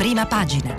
Prima pagina.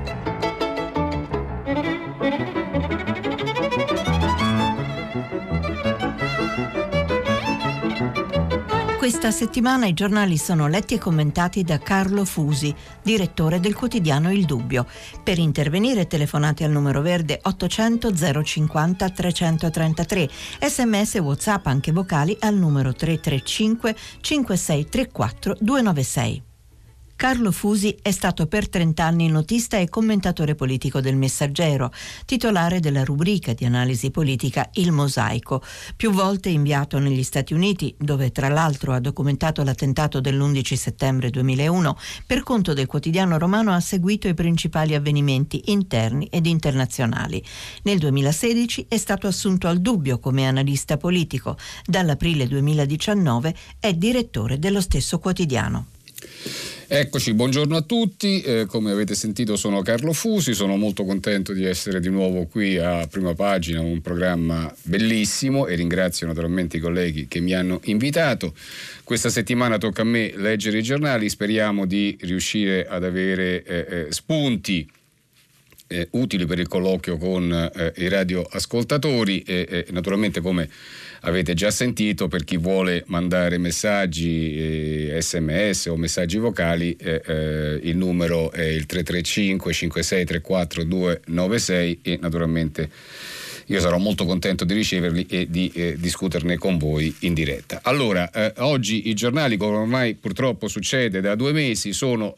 Questa settimana i giornali sono letti e commentati da Carlo Fusi, direttore del quotidiano Il Dubbio. Per intervenire telefonate al numero verde 800 050 333, sms e WhatsApp anche vocali al numero 335 5634 296. Carlo Fusi è stato per 30 anni notista e commentatore politico del Messaggero, titolare della rubrica di analisi politica Il Mosaico, più volte inviato negli Stati Uniti, dove tra l'altro ha documentato l'attentato dell'11 settembre 2001, per conto del quotidiano romano ha seguito i principali avvenimenti interni ed internazionali. Nel 2016 è stato assunto al Dubbio come analista politico, dall'aprile 2019 è direttore dello stesso quotidiano. Eccoci, buongiorno a tutti, come avete sentito sono Carlo Fusi, sono molto contento di essere di nuovo qui a Prima Pagina, un programma bellissimo, e ringrazio naturalmente i colleghi che mi hanno invitato. Questa settimana tocca a me leggere i giornali, speriamo di riuscire ad avere spunti utili per il colloquio con i radioascoltatori e naturalmente, come avete già sentito, per chi vuole mandare messaggi sms o messaggi vocali il numero è il 335 5634 296 e naturalmente io sarò molto contento di riceverli e di discuterne con voi in diretta. Allora, oggi i giornali, come ormai purtroppo succede da 2 mesi, sono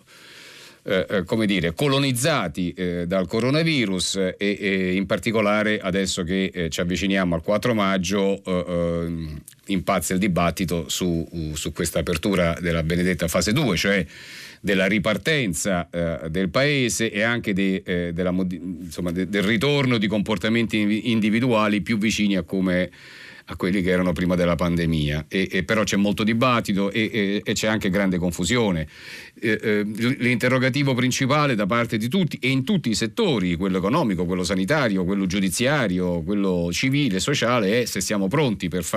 colonizzati dal coronavirus e in particolare adesso che ci avviciniamo al 4 maggio impazza il dibattito su questa apertura della benedetta fase 2, cioè della ripartenza del paese e anche del ritorno di comportamenti individuali più vicini a quelli che erano prima della pandemia, e però c'è molto dibattito e c'è anche grande confusione. L'interrogativo principale da parte di tutti e in tutti i settori, quello economico, quello sanitario, quello giudiziario, quello civile, sociale, è se siamo pronti per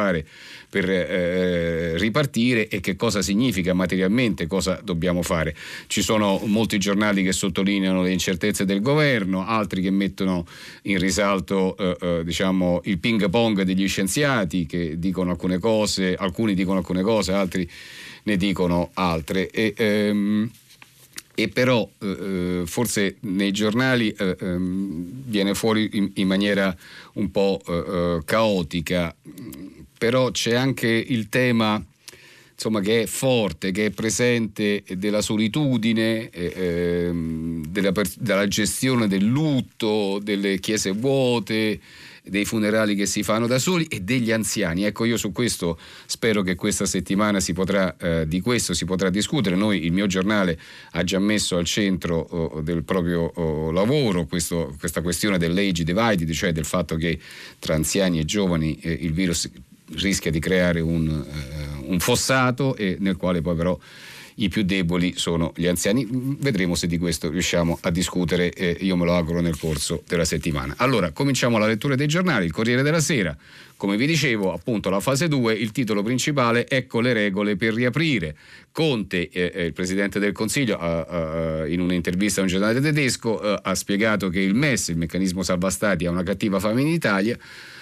ripartire e che cosa significa materialmente, cosa dobbiamo fare. Ci sono molti giornali che sottolineano le incertezze del governo, altri che mettono in risalto il ping pong degli scienziati che dicono alcune cose, alcuni dicono alcune cose, altri ne dicono altre e però forse nei giornali viene fuori in maniera un po' caotica, però c'è anche il tema che è forte, che è presente, della solitudine, della gestione del lutto, delle chiese vuote, dei funerali che si fanno da soli e degli anziani. Ecco, io su questo spero che questa settimana di questo si potrà discutere. Il mio giornale ha già messo al centro del proprio lavoro questa questione dell'age divided, cioè del fatto che tra anziani e giovani il virus rischia di creare un fossato e nel quale poi però i più deboli sono gli anziani. Vedremo se di questo riusciamo a discutere, io me lo auguro nel corso della settimana. Allora, cominciamo la lettura dei giornali. Il Corriere della Sera, come vi dicevo, appunto la fase 2, il titolo principale: ecco le regole per riaprire. Conte, il Presidente del Consiglio, in un'intervista a un giornale tedesco, ha spiegato che il MES, il meccanismo salva stati, ha una cattiva fama in Italia,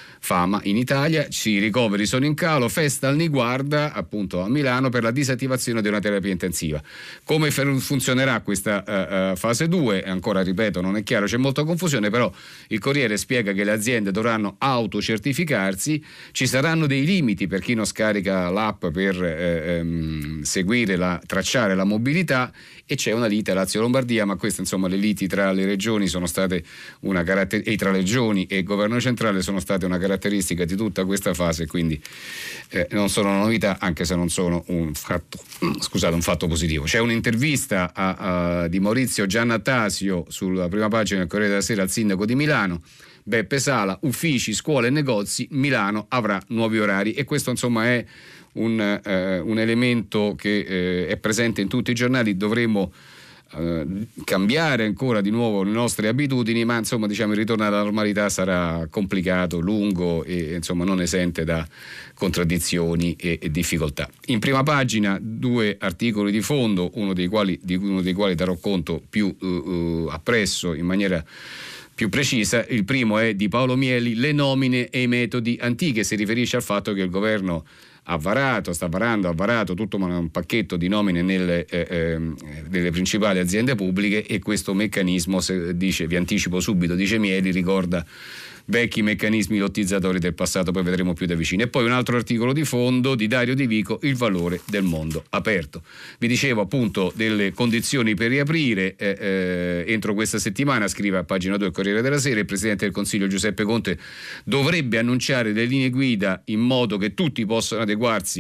i ricoveri sono in calo, festa al Niguarda appunto a Milano per la disattivazione di una terapia intensiva. Come funzionerà questa fase 2? Ancora ripeto, non è chiaro, c'è molta confusione, però il Corriere spiega che le aziende dovranno autocertificarsi, ci saranno dei limiti per chi non scarica l'app per tracciare la mobilità, e c'è una lite a Lazio-Lombardia, ma queste le liti tra le regioni sono state e tra le regioni e il governo centrale sono state una caratteristica di tutta questa fase, quindi non sono una novità, anche se non sono un fatto positivo. C'è un'intervista di Maurizio Giannattasio sulla prima pagina del Corriere della Sera al sindaco di Milano, Beppe Sala: uffici, scuole e negozi, Milano avrà nuovi orari. E questo è un elemento che è presente in tutti i giornali. Dovremmo cambiare ancora di nuovo le nostre abitudini, ma insomma diciamo il ritorno alla normalità sarà complicato, lungo e insomma non esente da contraddizioni e difficoltà. In prima pagina 2 articoli di fondo, uno dei quali darò conto più appresso, in maniera più precisa. Il primo è di Paolo Mieli, le nomine e i metodi antiche, si riferisce al fatto che il governo ha varato tutto un pacchetto di nomine nelle principali aziende pubbliche, e questo meccanismo, vi anticipo subito, dice Mieli, ricorda vecchi meccanismi lottizzatori del passato, poi vedremo più da vicino. E poi un altro articolo di fondo di Dario Di Vico, il valore del mondo aperto. Vi dicevo appunto delle condizioni per riaprire, entro questa settimana, scrive a pagina 2 il Corriere della Sera, il Presidente del Consiglio Giuseppe Conte dovrebbe annunciare le linee guida in modo che tutti possano adeguarsi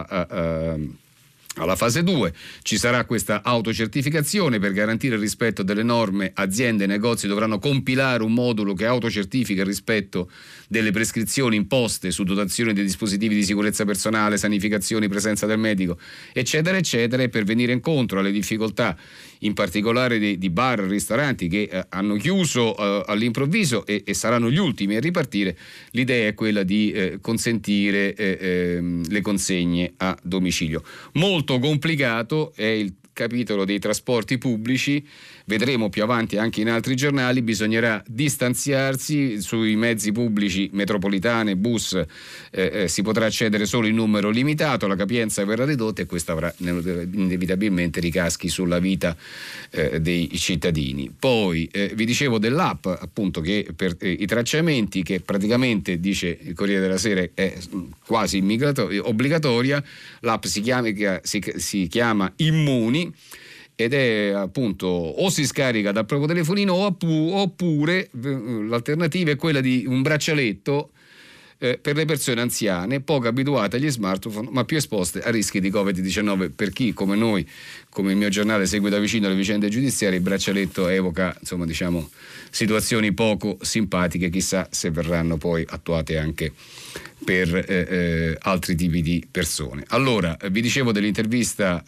alla fase 2. Ci sarà questa autocertificazione. Per garantire il rispetto delle norme, aziende e negozi dovranno compilare un modulo che autocertifica il rispetto delle prescrizioni imposte su dotazione dei dispositivi di sicurezza personale, sanificazioni, presenza del medico, eccetera eccetera. E per venire incontro alle difficoltà in particolare di bar e ristoranti che hanno chiuso all'improvviso e saranno gli ultimi a ripartire, l'idea è quella di consentire le consegne a domicilio. Molto complicato è il capitolo dei trasporti pubblici, vedremo più avanti anche in altri giornali. Bisognerà distanziarsi sui mezzi pubblici, metropolitane, bus, si potrà accedere solo in numero limitato, la capienza verrà ridotta e questo avrà inevitabilmente ricaschi sulla vita dei cittadini. Poi vi dicevo dell'app, appunto, che per i tracciamenti, che praticamente, dice il Corriere della Sera, è quasi obbligatoria. L'app si chiama Immuni ed è appunto, o si scarica dal proprio telefonino oppure l'alternativa è quella di un braccialetto per le persone anziane, poco abituate agli smartphone ma più esposte a rischi di Covid-19. Per chi come noi, come il mio giornale, segue da vicino le vicende giudiziarie, il braccialetto evoca, insomma, diciamo, situazioni poco simpatiche. Chissà se verranno poi attuate anche per altri tipi di persone. Allora, vi dicevo dell'intervista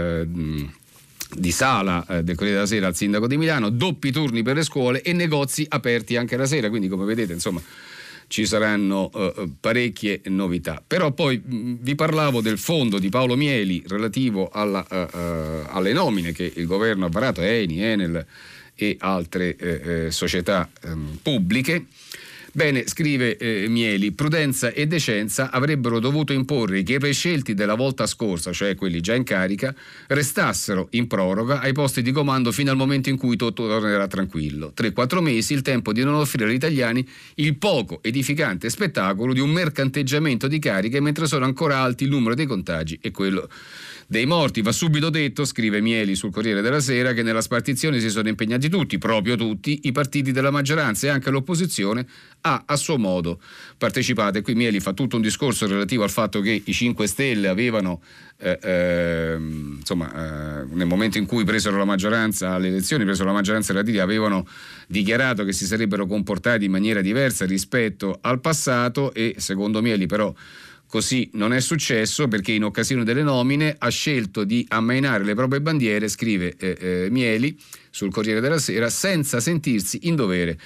di Sala del Corriere della Sera al sindaco di Milano, doppi turni per le scuole e negozi aperti anche la sera, quindi come vedete insomma ci saranno parecchie novità. Però poi vi parlavo del fondo di Paolo Mieli relativo alle nomine che il governo ha varato, Eni, Enel e altre società pubbliche. Bene, scrive Mieli, prudenza e decenza avrebbero dovuto imporre che i prescelti della volta scorsa, cioè quelli già in carica, restassero in proroga ai posti di comando fino al momento in cui tutto tornerà tranquillo. 3-4 mesi, il tempo di non offrire agli italiani il poco edificante spettacolo di un mercanteggiamento di cariche mentre sono ancora alti il numero dei contagi e quello dei morti. Va subito detto, scrive Mieli sul Corriere della Sera, che nella spartizione si sono impegnati tutti, proprio tutti, i partiti della maggioranza, e anche l'opposizione ha a suo modo partecipato. E qui Mieli fa tutto un discorso relativo al fatto che i 5 Stelle avevano nel momento in cui presero la maggioranza alle elezioni, presero la maggioranza relativa, avevano dichiarato che si sarebbero comportati in maniera diversa rispetto al passato, e secondo Mieli però così non è successo, perché in occasione delle nomine ha scelto di ammainare le proprie bandiere, scrive Mieli sul Corriere della Sera, senza sentirsi in dovere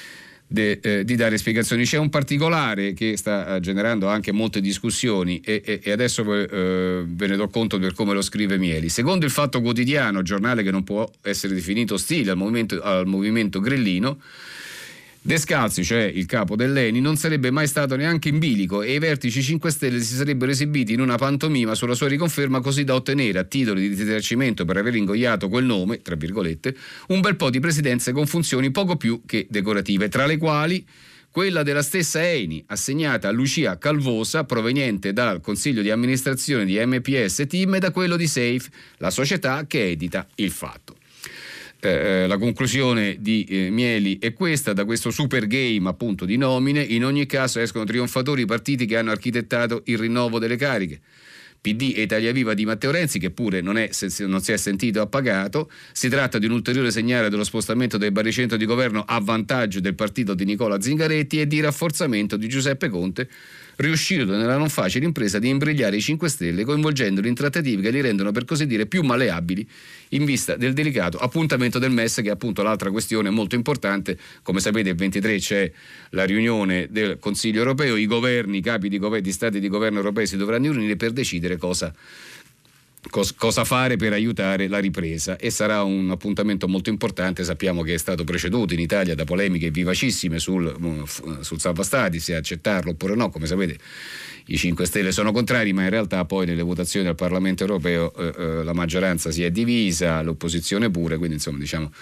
di dare spiegazioni. C'è un particolare che sta generando anche molte discussioni e adesso ve ne do conto per come lo scrive Mieli. Secondo il Fatto Quotidiano, giornale che non può essere definito ostile al movimento grillino, Descalzi, cioè il capo dell'Eni, non sarebbe mai stato neanche in bilico e i vertici 5 Stelle si sarebbero esibiti in una pantomima sulla sua riconferma, così da ottenere, a titolo di risarcimento per aver ingoiato quel nome, tra virgolette, un bel po' di presidenze con funzioni poco più che decorative, tra le quali quella della stessa Eni, assegnata a Lucia Calvosa, proveniente dal consiglio di amministrazione di MPS Team e da quello di Safe, la società che edita Il Fatto. La conclusione di Mieli è questa: da questo super game appunto di nomine in ogni caso escono trionfatori i partiti che hanno architettato il rinnovo delle cariche, PD e Italia Viva di Matteo Renzi, che pure non si è sentito appagato. Si tratta di un ulteriore segnale dello spostamento del baricentro di governo a vantaggio del partito di Nicola Zingaretti e di rafforzamento di Giuseppe Conte, riuscito nella non facile impresa di imbrigliare i 5 Stelle, coinvolgendoli in trattative che li rendono, per così dire, più malleabili in vista del delicato appuntamento del MES, che è appunto l'altra questione molto importante. Come sapete, il 23 c'è la riunione del Consiglio europeo, i governi, i capi di stati di governo europei si dovranno riunire per decidere cosa fare per aiutare la ripresa, e sarà un appuntamento molto importante. Sappiamo che è stato preceduto in Italia da polemiche vivacissime sul salva stati, se accettarlo oppure no. Come sapete, i 5 Stelle sono contrari, ma in realtà poi nelle votazioni al Parlamento europeo la maggioranza si è divisa, l'opposizione pure, quindi insomma diciamo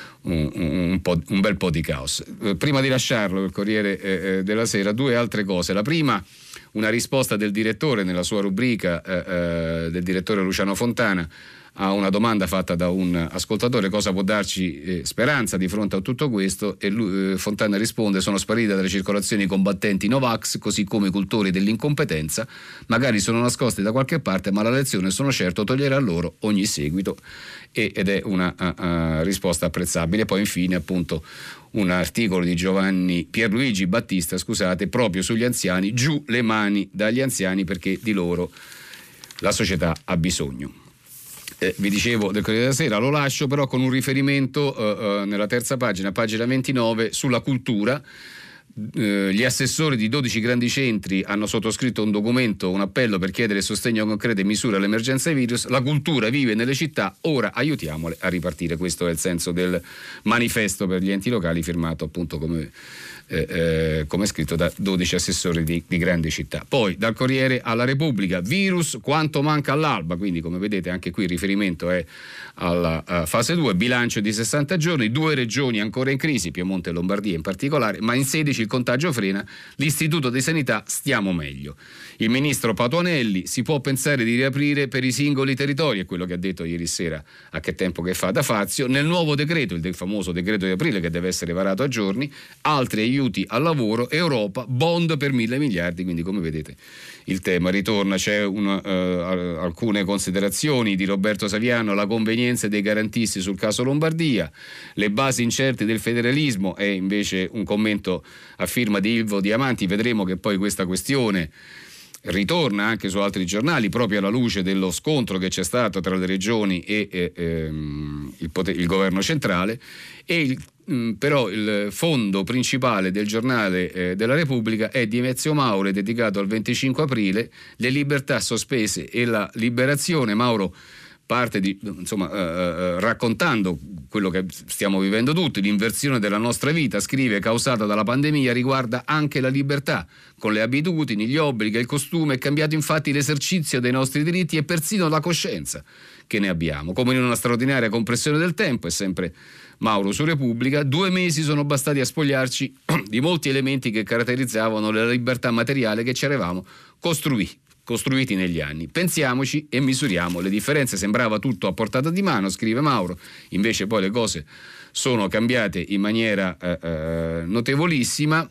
un bel po' di caos. Prima di lasciarlo, il Corriere della Sera, 2 altre cose. La prima, una risposta del direttore nella sua rubrica, del direttore Luciano Fontana, a una domanda fatta da un ascoltatore: cosa può darci speranza di fronte a tutto questo? E Fontana risponde: sono sparite dalle circolazioni i combattenti Novax, così come i cultori dell'incompetenza, magari sono nascosti da qualche parte, ma la lezione sono certo toglierà loro ogni seguito, ed è una risposta apprezzabile. Poi infine appunto un articolo di Pierluigi Battista, proprio sugli anziani: giù le mani dagli anziani, perché di loro la società ha bisogno. Vi dicevo del Corriere della Sera, lo lascio però con un riferimento nella terza pagina 29, sulla cultura. Gli assessori di 12 grandi centri hanno sottoscritto un documento, un appello per chiedere sostegno concreto e misure all'emergenza virus. La cultura vive nelle città, ora aiutiamole a ripartire. Questo è il senso del manifesto per gli enti locali, firmato appunto come scritto da 12 assessori di grandi città. Poi dal Corriere alla Repubblica: virus quanto manca all'alba, quindi come vedete anche qui il riferimento è alla fase 2, bilancio di 60 giorni, 2 regioni ancora in crisi, Piemonte e Lombardia in particolare, ma in 16 il contagio frena, l'Istituto di Sanità stiamo meglio. Il ministro Patuanelli: si può pensare di riaprire per i singoli territori, è quello che ha detto ieri sera a Che tempo che fa da Fazio, nel nuovo decreto, il famoso decreto di aprile che deve essere varato a giorni, altri aiuti al lavoro, Europa, bond per 1.000 miliardi, quindi come vedete il tema ritorna. C'è alcune considerazioni di Roberto Saviano: la convenienza dei garantisti sul caso Lombardia, le basi incerte del federalismo, è invece un commento a firma di Ilvo Diamanti. Vedremo che poi questa questione ritorna anche su altri giornali, proprio alla luce dello scontro che c'è stato tra le regioni e il governo centrale. Però il fondo principale del giornale della Repubblica è di Ezio Mauro, dedicato al 25 aprile, le libertà sospese e la liberazione. Mauro parte raccontando quello che stiamo vivendo tutti, l'inversione della nostra vita, scrive, causata dalla pandemia, riguarda anche la libertà. Con le abitudini, gli obblighi e il costume è cambiato infatti l'esercizio dei nostri diritti e persino la coscienza che ne abbiamo, come in una straordinaria compressione del tempo. È sempre Mauro su Repubblica: 2 mesi sono bastati a spogliarci di molti elementi che caratterizzavano la libertà materiale che ci eravamo costruiti negli anni. Pensiamoci e misuriamo le differenze. Sembrava tutto a portata di mano, scrive Mauro, invece poi le cose sono cambiate in maniera notevolissima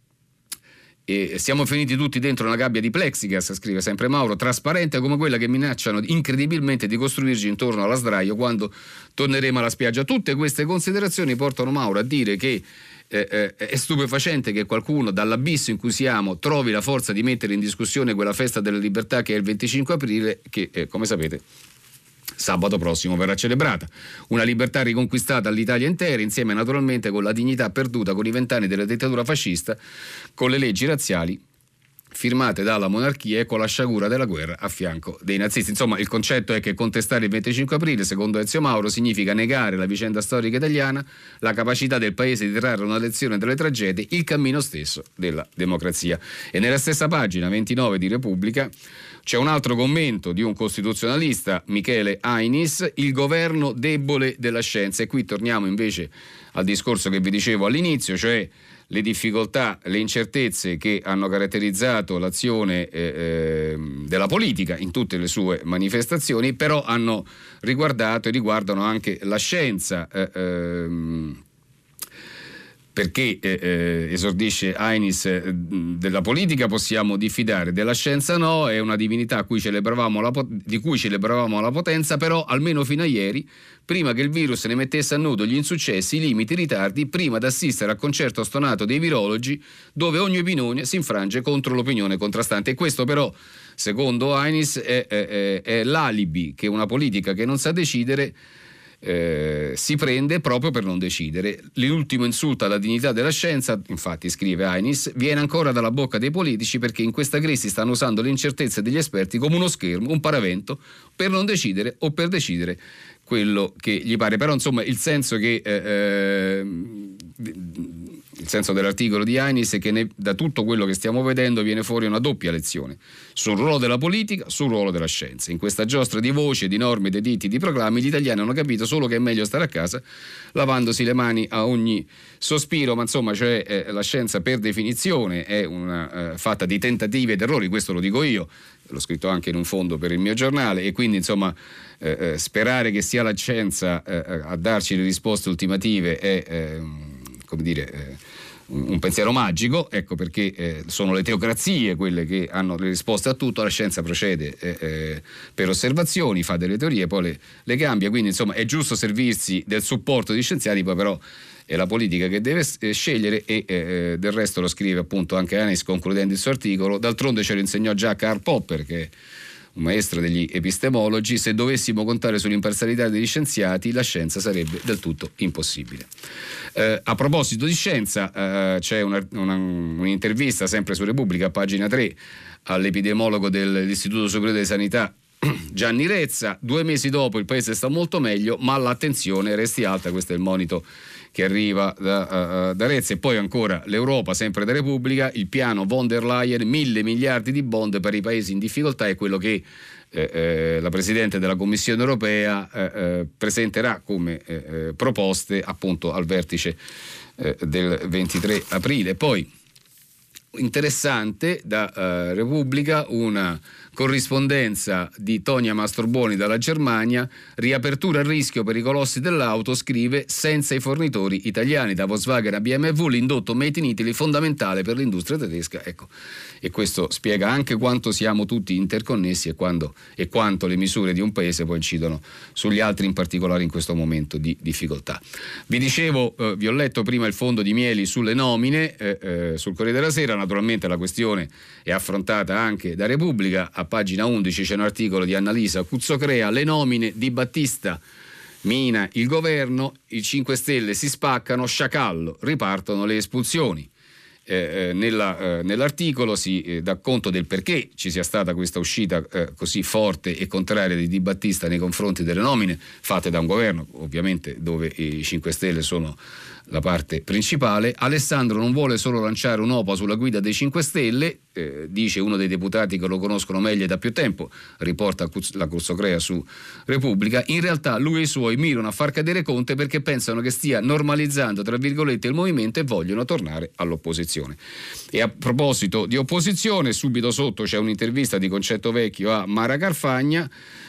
e siamo finiti tutti dentro una gabbia di plexiglass, scrive sempre Mauro, trasparente come quella che minacciano incredibilmente di costruirci intorno alla sdraio quando torneremo alla spiaggia. Tutte queste considerazioni portano Mauro a dire che è stupefacente che qualcuno dall'abisso in cui siamo trovi la forza di mettere in discussione quella festa della libertà che è il 25 aprile, che come sapete sabato prossimo verrà celebrata. Una libertà riconquistata all'Italia intera, insieme naturalmente con la dignità perduta con i 20 anni della dittatura fascista, con le leggi razziali firmate dalla monarchia e con la sciagura della guerra a fianco dei nazisti. Insomma, il concetto è che contestare il 25 aprile, secondo Ezio Mauro, significa negare la vicenda storica italiana, la capacità del paese di trarre una lezione dalle tragedie, il cammino stesso della democrazia. E nella stessa pagina 29 di Repubblica c'è un altro commento di un costituzionalista, Michele Ainis: il governo debole della scienza. E qui torniamo invece al discorso che vi dicevo all'inizio, cioè le difficoltà, le incertezze che hanno caratterizzato l'azione della politica in tutte le sue manifestazioni, però hanno riguardato e riguardano anche la scienza. perché esordisce Ainis, della politica possiamo diffidare, della scienza no, è una divinità di cui celebravamo la potenza, però almeno fino a ieri, prima che il virus ne mettesse a nudo gli insuccessi, i limiti, i ritardi, prima di assistere al concerto stonato dei virologi, dove ogni opinione si infrange contro l'opinione contrastante. E questo però, secondo Ainis, è l'alibi che una politica che non sa decidere si prende proprio per non decidere. L'ultimo insulto alla dignità della scienza, infatti, scrive Ainis, viene ancora dalla bocca dei politici, perché in questa crisi stanno usando le incertezze degli esperti come uno schermo, un paravento, per non decidere o per decidere quello che gli pare. Però insomma il senso dell'articolo di Ainis è che da tutto quello che stiamo vedendo viene fuori una doppia lezione sul ruolo della politica, sul ruolo della scienza. In questa giostra di voci, di norme, di editti, di proclami, gli italiani hanno capito solo che è meglio stare a casa lavandosi le mani a ogni sospiro, ma insomma, cioè, la scienza per definizione è una fatta di tentativi ed errori, questo lo dico io, l'ho scritto anche in un fondo per il mio giornale, e quindi insomma sperare che sia la scienza a darci le risposte ultimative è un pensiero magico, ecco perché sono le teocrazie quelle che hanno le risposte a tutto. La scienza procede per osservazioni, fa delle teorie, poi le cambia, quindi insomma è giusto servirsi del supporto di scienziati, poi però è la politica che deve scegliere, e del resto lo scrive appunto anche Ainis concludendo il suo articolo. D'altronde ce lo insegnò già Karl Popper, che è un maestro degli epistemologi: se dovessimo contare sull'imparzialità degli scienziati, la scienza sarebbe del tutto impossibile. A proposito di scienza, c'è un'intervista sempre su Repubblica, a pagina 3, all'epidemiologo dell'Istituto Superiore di Sanità Gianni Rezza. 2 mesi dopo il paese sta molto meglio, ma l'attenzione resti alta. Questo è il monito che arriva da Rezza. E poi ancora l'Europa, sempre da Repubblica, il piano von der Leyen, 1.000 miliardi di bond per i paesi in difficoltà, è quello che la Presidente della Commissione europea presenterà come proposte appunto al vertice del 23 aprile. Poi interessante da Repubblica una corrispondenza di Tonia Mastrobuoni dalla Germania: riapertura a rischio per i colossi dell'auto, scrive, senza i fornitori italiani. Da Volkswagen a BMW l'indotto Made in Italy fondamentale per l'industria tedesca. Ecco, e questo spiega anche quanto siamo tutti interconnessi e quanto le misure di un paese poi incidono sugli altri, in particolare in questo momento di difficoltà. Vi dicevo, vi ho letto prima il fondo di Mieli sulle nomine sul Corriere della Sera. Naturalmente la questione è affrontata anche da Repubblica. A pagina 11 c'è un articolo di Annalisa Cuzzocrea: le nomine di Battista mina il governo, i 5 Stelle si spaccano, sciacallo, ripartono le espulsioni. Nell'articolo si dà conto del perché ci sia stata questa uscita così forte e contraria di Di Battista nei confronti delle nomine fatte da un governo, ovviamente, dove i 5 Stelle sono la parte principale. Alessandro non vuole solo lanciare un'OPA sulla guida dei 5 Stelle, dice uno dei deputati che lo conoscono meglio da più tempo, riporta la Cuzzocrea su Repubblica. In realtà lui e i suoi mirano a far cadere Conte perché pensano che stia normalizzando, tra virgolette, il movimento, e vogliono tornare all'opposizione. E a proposito di opposizione, subito sotto c'è un'intervista di Concetto Vecchio a Mara Carfagna,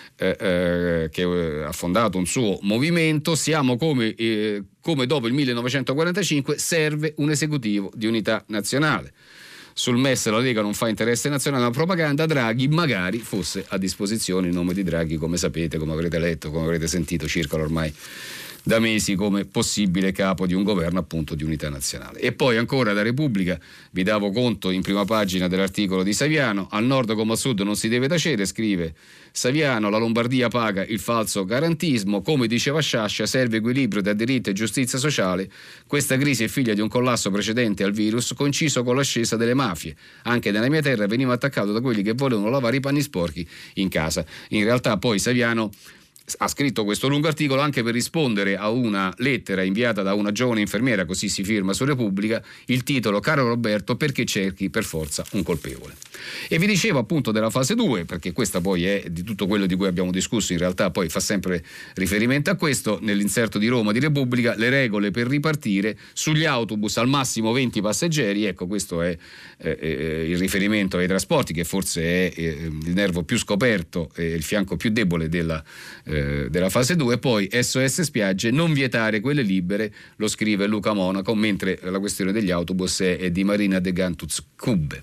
che ha fondato un suo movimento. Siamo come dopo il 1945, serve un esecutivo di unità nazionale. Sul MES la Lega non fa interesse nazionale, ma propaganda. Draghi magari fosse a disposizione. Il nome di Draghi, come sapete, come avrete letto, come avrete sentito, circola ormai da mesi come possibile capo di un governo appunto di unità nazionale. E poi ancora da Repubblica vi davo conto in prima pagina dell'articolo di Saviano: al nord come al sud non si deve tacere, scrive Saviano, la Lombardia paga il falso garantismo, come diceva Sciascia serve equilibrio tra diritto e giustizia sociale, questa crisi è figlia di un collasso precedente al virus coinciso con l'ascesa delle mafie, anche nella mia terra veniva attaccato da quelli che volevano lavare i panni sporchi in casa. In realtà poi Saviano ha scritto questo lungo articolo anche per rispondere a una lettera inviata da una giovane infermiera, così si firma su Repubblica, il titolo: caro Roberto, perché cerchi per forza un colpevole? E vi dicevo appunto della fase 2, perché questa poi è di tutto quello di cui abbiamo discusso, in realtà poi fa sempre riferimento a questo. Nell'inserto di Roma di Repubblica: le regole per ripartire, sugli autobus al massimo 20 passeggeri. Ecco, questo è il riferimento ai trasporti, che forse è il nervo più scoperto e il fianco più debole della della fase 2. Poi SOS Spiagge, non vietare quelle libere, lo scrive Luca Monaco, mentre la questione degli autobus è di Marina de Gantuz Cubbe.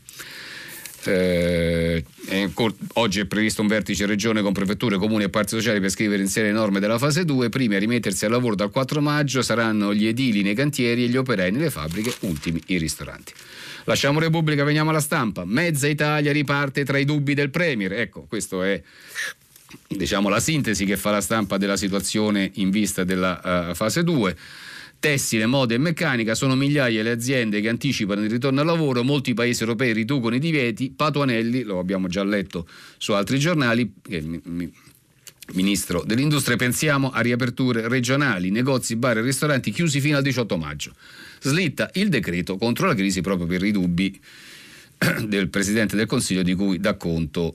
Oggi è previsto un vertice regione con prefetture, comuni e parti sociali per scrivere insieme le norme della fase 2. Primi a rimettersi al lavoro dal 4 maggio saranno gli edili nei cantieri e gli operai nelle fabbriche, ultimi i ristoranti. Lasciamo Repubblica, veniamo alla Stampa. Mezza Italia riparte tra i dubbi del Premier. Ecco, questo è, diciamo, la sintesi che fa la Stampa della situazione in vista della fase 2. Tessile, moda e meccanica, sono migliaia le aziende che anticipano il ritorno al lavoro, molti paesi europei riducono i divieti. Patuanelli, lo abbiamo già letto su altri giornali, ministro dell'industria, pensiamo a riaperture regionali, negozi, bar e ristoranti chiusi fino al 18 maggio. Slitta il decreto contro la crisi proprio per i dubbi del Presidente del Consiglio di cui dà conto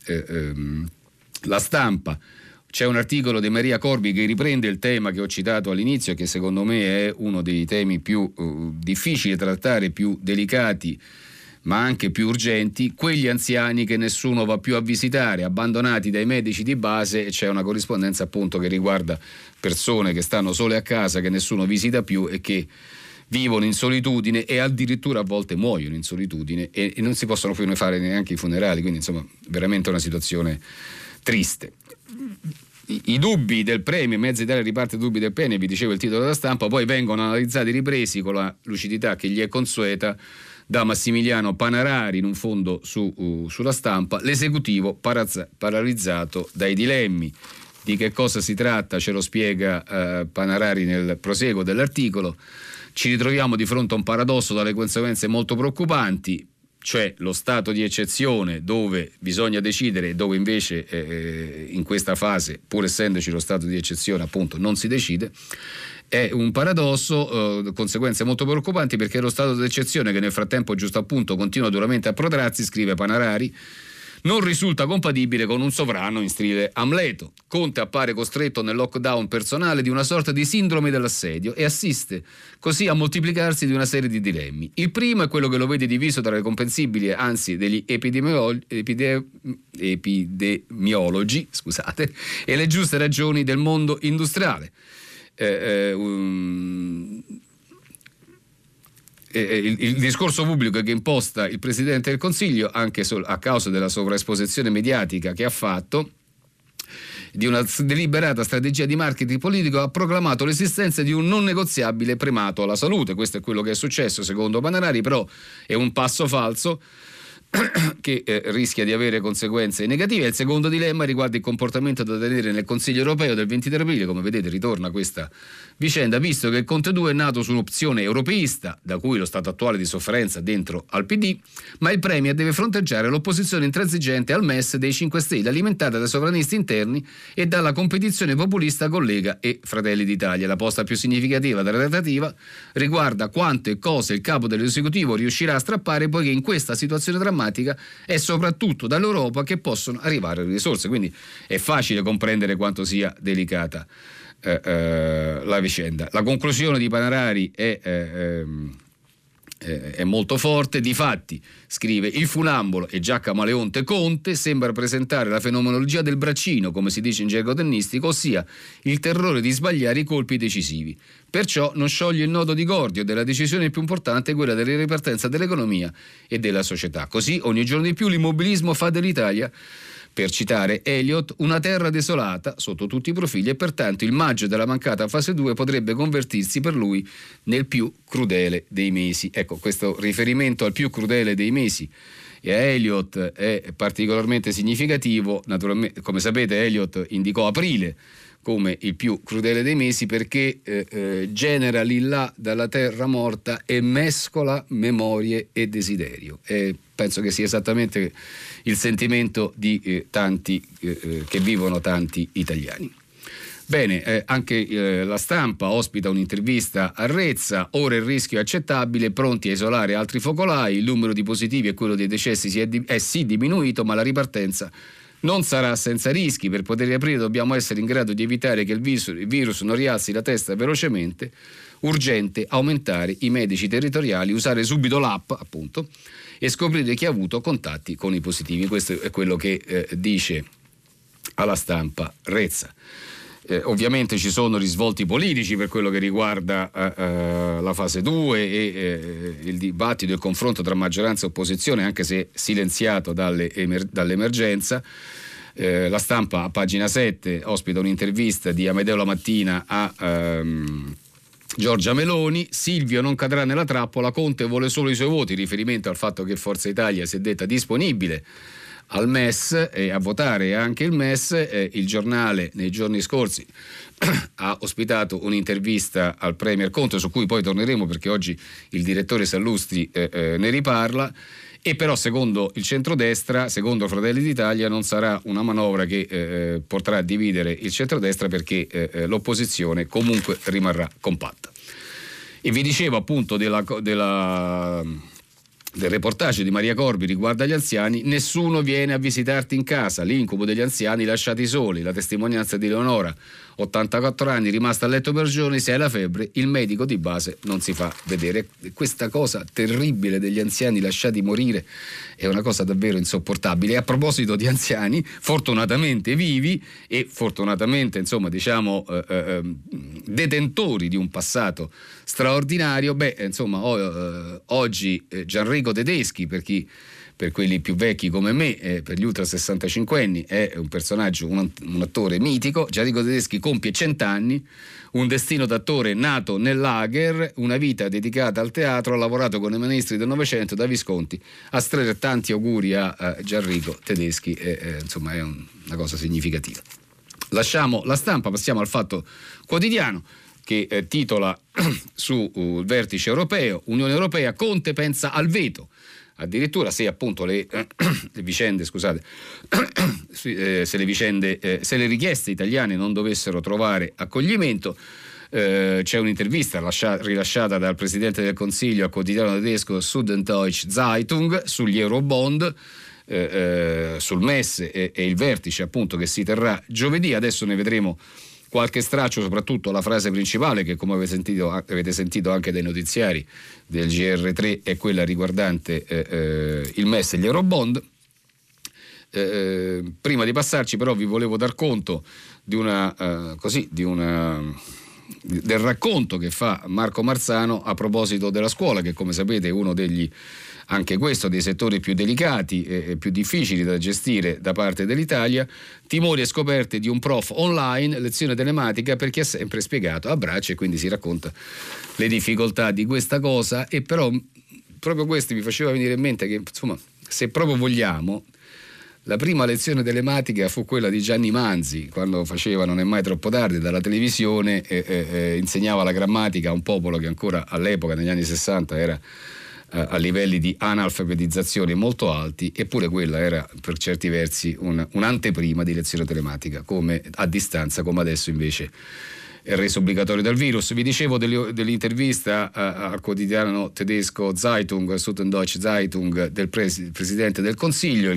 la Stampa. C'è un articolo di Maria Corbi che riprende il tema che ho citato all'inizio, che secondo me è uno dei temi più difficili da trattare, più delicati, ma anche più urgenti: quegli anziani che nessuno va più a visitare, abbandonati dai medici di base. E c'è una corrispondenza appunto che riguarda persone che stanno sole a casa, che nessuno visita più e che vivono in solitudine e addirittura a volte muoiono in solitudine e non si possono più fare neanche i funerali, quindi insomma veramente una situazione triste. I dubbi del Premier, Mezza Italia riparte i dubbi del Premier, vi dicevo il titolo della Stampa, poi vengono analizzati, ripresi con la lucidità che gli è consueta da Massimiliano Panarari in un fondo sulla Stampa. L'esecutivo paralizzato dai dilemmi. Di che cosa si tratta ce lo spiega Panarari nel proseguo dell'articolo. Ci ritroviamo di fronte a un paradosso dalle conseguenze molto preoccupanti, cioè lo stato di eccezione dove bisogna decidere, dove invece in questa fase, pur essendoci lo stato di eccezione, appunto non si decide. È un paradosso, conseguenze molto preoccupanti, perché lo stato di eccezione, che nel frattempo giusto appunto continua duramente a protrarsi, scrive Panarari, non risulta compatibile con un sovrano in stile Amleto. Conte appare costretto nel lockdown personale di una sorta di sindrome dell'assedio e assiste così a moltiplicarsi di una serie di dilemmi. Il primo è quello che lo vede diviso tra le comprensibili, anzi degli epidemiologi, e le giuste ragioni del mondo industriale. Il discorso pubblico che imposta il Presidente del Consiglio, anche a causa della sovraesposizione mediatica che ha fatto, di una deliberata strategia di marketing politico, ha proclamato l'esistenza di un non negoziabile primato alla salute. Questo è quello che è successo secondo Panarari, però è un passo falso che rischia di avere conseguenze negative. Il secondo dilemma riguarda il comportamento da tenere nel Consiglio europeo del 23 aprile. Come vedete ritorna questa vicenda, visto che il Conte 2 è nato su un'opzione europeista, da cui lo stato attuale di sofferenza dentro al PD, ma il Premier deve fronteggiare l'opposizione intransigente al MES dei 5 Stelle, alimentata dai sovranisti interni e dalla competizione populista con Lega e Fratelli d'Italia. La posta più significativa della trattativa riguarda quanto e cosa il capo dell'esecutivo riuscirà a strappare, poiché in questa situazione drammatica è soprattutto dall'Europa che possono arrivare le risorse, quindi è facile comprendere quanto sia delicata la vicenda. La conclusione di Panarari è molto forte. Difatti, scrive, il funambolo e già camaleonte Conte sembra presentare la fenomenologia del braccino, come si dice in gergo tennistico, ossia il terrore di sbagliare i colpi decisivi. Perciò non scioglie il nodo di Gordio della decisione più importante, quella della ripartenza dell'economia e della società. Così ogni giorno di più l'immobilismo fa dell'Italia, per citare Elliott, una terra desolata sotto tutti i profili, e pertanto il maggio della mancata fase 2 potrebbe convertirsi per lui nel più crudele dei mesi. Ecco, questo riferimento al più crudele dei mesi e a Elliott è particolarmente significativo. Naturalmente, come sapete, Elliott indicò aprile come il più crudele dei mesi perché genera l'Illà dalla terra morta e mescola memorie e desiderio. Penso che sia esattamente il sentimento di tanti che vivono tanti italiani. Bene, anche la Stampa ospita un'intervista a Rezza. Ora il rischio è accettabile, pronti a isolare altri focolai, il numero di positivi e quello dei decessi è sì diminuito, ma la ripartenza non sarà senza rischi. Per poter riaprire dobbiamo essere in grado di evitare che il virus non rialzi la testa velocemente. Urgente aumentare i medici territoriali, usare subito l'app, appunto, e scoprire chi ha avuto contatti con i positivi. Questo è quello che dice alla stampa Rezza. Ovviamente ci sono risvolti politici per quello che riguarda la fase 2 e il dibattito e il confronto tra maggioranza e opposizione, anche se silenziato dall'emergenza. La stampa a pagina 7 ospita un'intervista di Amedeo Lamattina a Giorgia Meloni. Silvio non cadrà nella trappola, Conte vuole solo i suoi voti, riferimento al fatto che Forza Italia si è detta disponibile al MES e a votare anche il MES. Il Giornale nei giorni scorsi ha ospitato un'intervista al Premier Conte, su cui poi torneremo perché oggi il direttore Sallustri ne riparla. E però secondo il centrodestra, secondo Fratelli d'Italia, non sarà una manovra che potrà dividere il centrodestra, perché l'opposizione comunque rimarrà compatta. E vi dicevo appunto del reportage di Maria Corbi riguardo agli anziani: nessuno viene a visitarti in casa, l'incubo degli anziani lasciati soli. La testimonianza di Leonora, 84 anni, rimasta a letto per giorni, se hai la febbre il medico di base non si fa vedere. Questa cosa terribile degli anziani lasciati morire è una cosa davvero insopportabile. E a proposito di anziani fortunatamente vivi e fortunatamente detentori di un passato straordinario, oggi Gianrico Tedeschi, per quelli più vecchi come me, per gli ultra 65enni è un personaggio, un attore mitico. Gianrico Tedeschi compie 100 anni, un destino d'attore nato nel lager, una vita dedicata al teatro, ha lavorato con i ministri del Novecento, da Visconti a Strehler. Tanti auguri a Gianrico Tedeschi, è una cosa significativa. Lasciamo la stampa, passiamo al Fatto Quotidiano, che titola sul vertice europeo: Unione Europea, Conte pensa al veto. Addirittura se appunto se le richieste italiane non dovessero trovare accoglimento, c'è un'intervista rilasciata dal Presidente del Consiglio al quotidiano tedesco Süddeutsche Zeitung sugli Eurobond, sul MES e il vertice appunto che si terrà giovedì. Adesso ne vedremo qualche straccio, soprattutto la frase principale, che come avete sentito anche dai notiziari del GR3, è quella riguardante il MES e gli Eurobond. Prima di passarci però vi volevo dar conto del racconto che fa Marco Marzano a proposito della scuola, che come sapete è uno dei settori più delicati e più difficili da gestire da parte dell'Italia. Timori e scoperte di un prof online, lezione telematica per chi ha sempre spiegato a braccio, e quindi si racconta le difficoltà di questa cosa. E però proprio questo mi faceva venire in mente che, se proprio vogliamo, la prima lezione telematica fu quella di Gianni Manzi, quando faceva Non è mai troppo tardi dalla televisione, insegnava la grammatica a un popolo che ancora all'epoca, negli anni 60, era a livelli di analfabetizzazione molto alti, eppure quella era per certi versi un'anteprima di lezione telematica, come a distanza, come adesso invece è reso obbligatorio dal virus. Vi dicevo dell'intervista al quotidiano tedesco Zeitung, Süddeutsche Zeitung, del Presidente del Consiglio.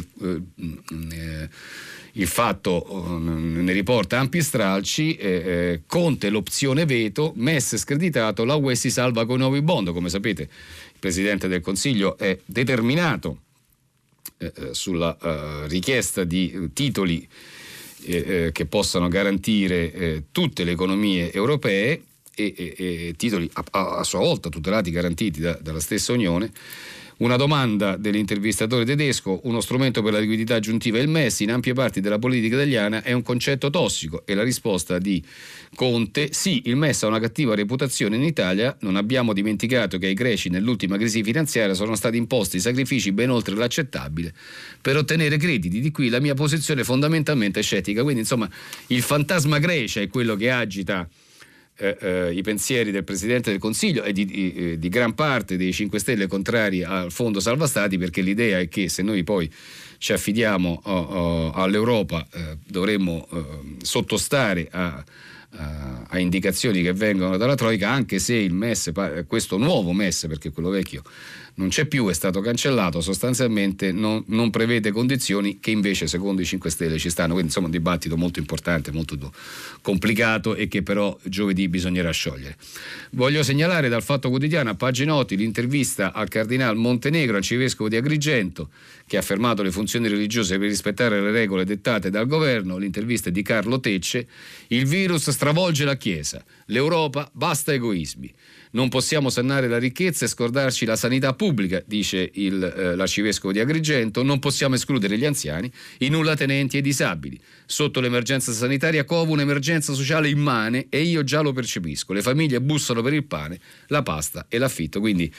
Il Fatto ne riporta ampi stralci. Conte l'opzione veto, MES screditato, la UE si salva con i nuovi bond. Come sapete, il Presidente del Consiglio è determinato sulla richiesta di titoli che possano garantire tutte le economie europee e titoli a sua volta tutelati, garantiti dalla stessa Unione. Una domanda dell'intervistatore tedesco: uno strumento per la liquidità aggiuntiva è il MES, in ampie parti della politica italiana è un concetto tossico. E la risposta di Conte: sì, il MES ha una cattiva reputazione in Italia, non abbiamo dimenticato che ai greci nell'ultima crisi finanziaria sono stati imposti sacrifici ben oltre l'accettabile per ottenere crediti, di qui la mia posizione fondamentalmente scettica. Quindi il fantasma Grecia è quello che agita i pensieri del Presidente del Consiglio e di gran parte dei 5 Stelle contrari al Fondo Salva Stati, perché l'idea è che se noi poi ci affidiamo all'Europa dovremmo sottostare a indicazioni che vengono dalla Troica, anche se il MES, questo nuovo MES, perché quello vecchio non c'è più, è stato cancellato, sostanzialmente non prevede condizioni che invece secondo i 5 Stelle ci stanno, quindi insomma un dibattito molto importante, molto complicato e che però giovedì bisognerà sciogliere. Voglio segnalare dal Fatto Quotidiano a pagina 8 l'intervista al Cardinal Montenegro, arcivescovo di Agrigento, che ha fermato le funzioni religiose per rispettare le regole dettate dal governo. L'intervista è di Carlo Tecce. Il virus stravolge la Chiesa, l'Europa basta egoismi. Non possiamo sannare la ricchezza e scordarci la sanità pubblica, dice l'arcivescovo di Agrigento. Non possiamo escludere gli anziani, i nullatenenti e i disabili. Sotto l'emergenza sanitaria cova un'emergenza sociale immane e io già lo percepisco. Le famiglie bussano per il pane, la pasta e l'affitto. Quindi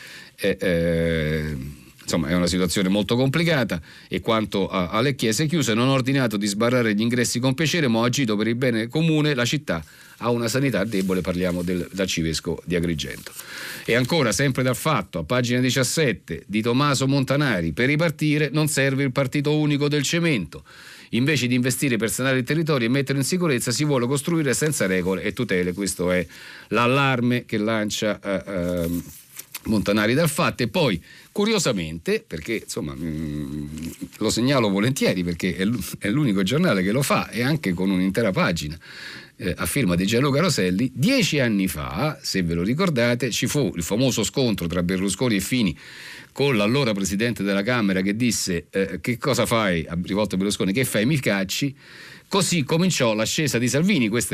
insomma è una situazione molto complicata e quanto alle chiese chiuse non ha ordinato di sbarrare gli ingressi con piacere, ma ha agito per il bene comune. La città ha una sanità debole, parliamo dell'arcivescovo di Agrigento. E ancora sempre dal Fatto, a pagina 17, di Tommaso Montanari: per ripartire non serve il partito unico del cemento. Invece di investire per sanare il territorio e mettere in sicurezza, si vuole costruire senza regole e tutele. Questo è l'allarme che lancia Montanari dal Fatto. E poi curiosamente, perché insomma lo segnalo volentieri perché è l'unico giornale che lo fa, e anche con un'intera pagina a firma di Gianluca Roselli, 10 anni fa, se ve lo ricordate, ci fu il famoso scontro tra Berlusconi e Fini con l'allora presidente della Camera che disse che cosa fai, rivolto a Berlusconi, che fai, mi cacci. Così cominciò l'ascesa di Salvini, questa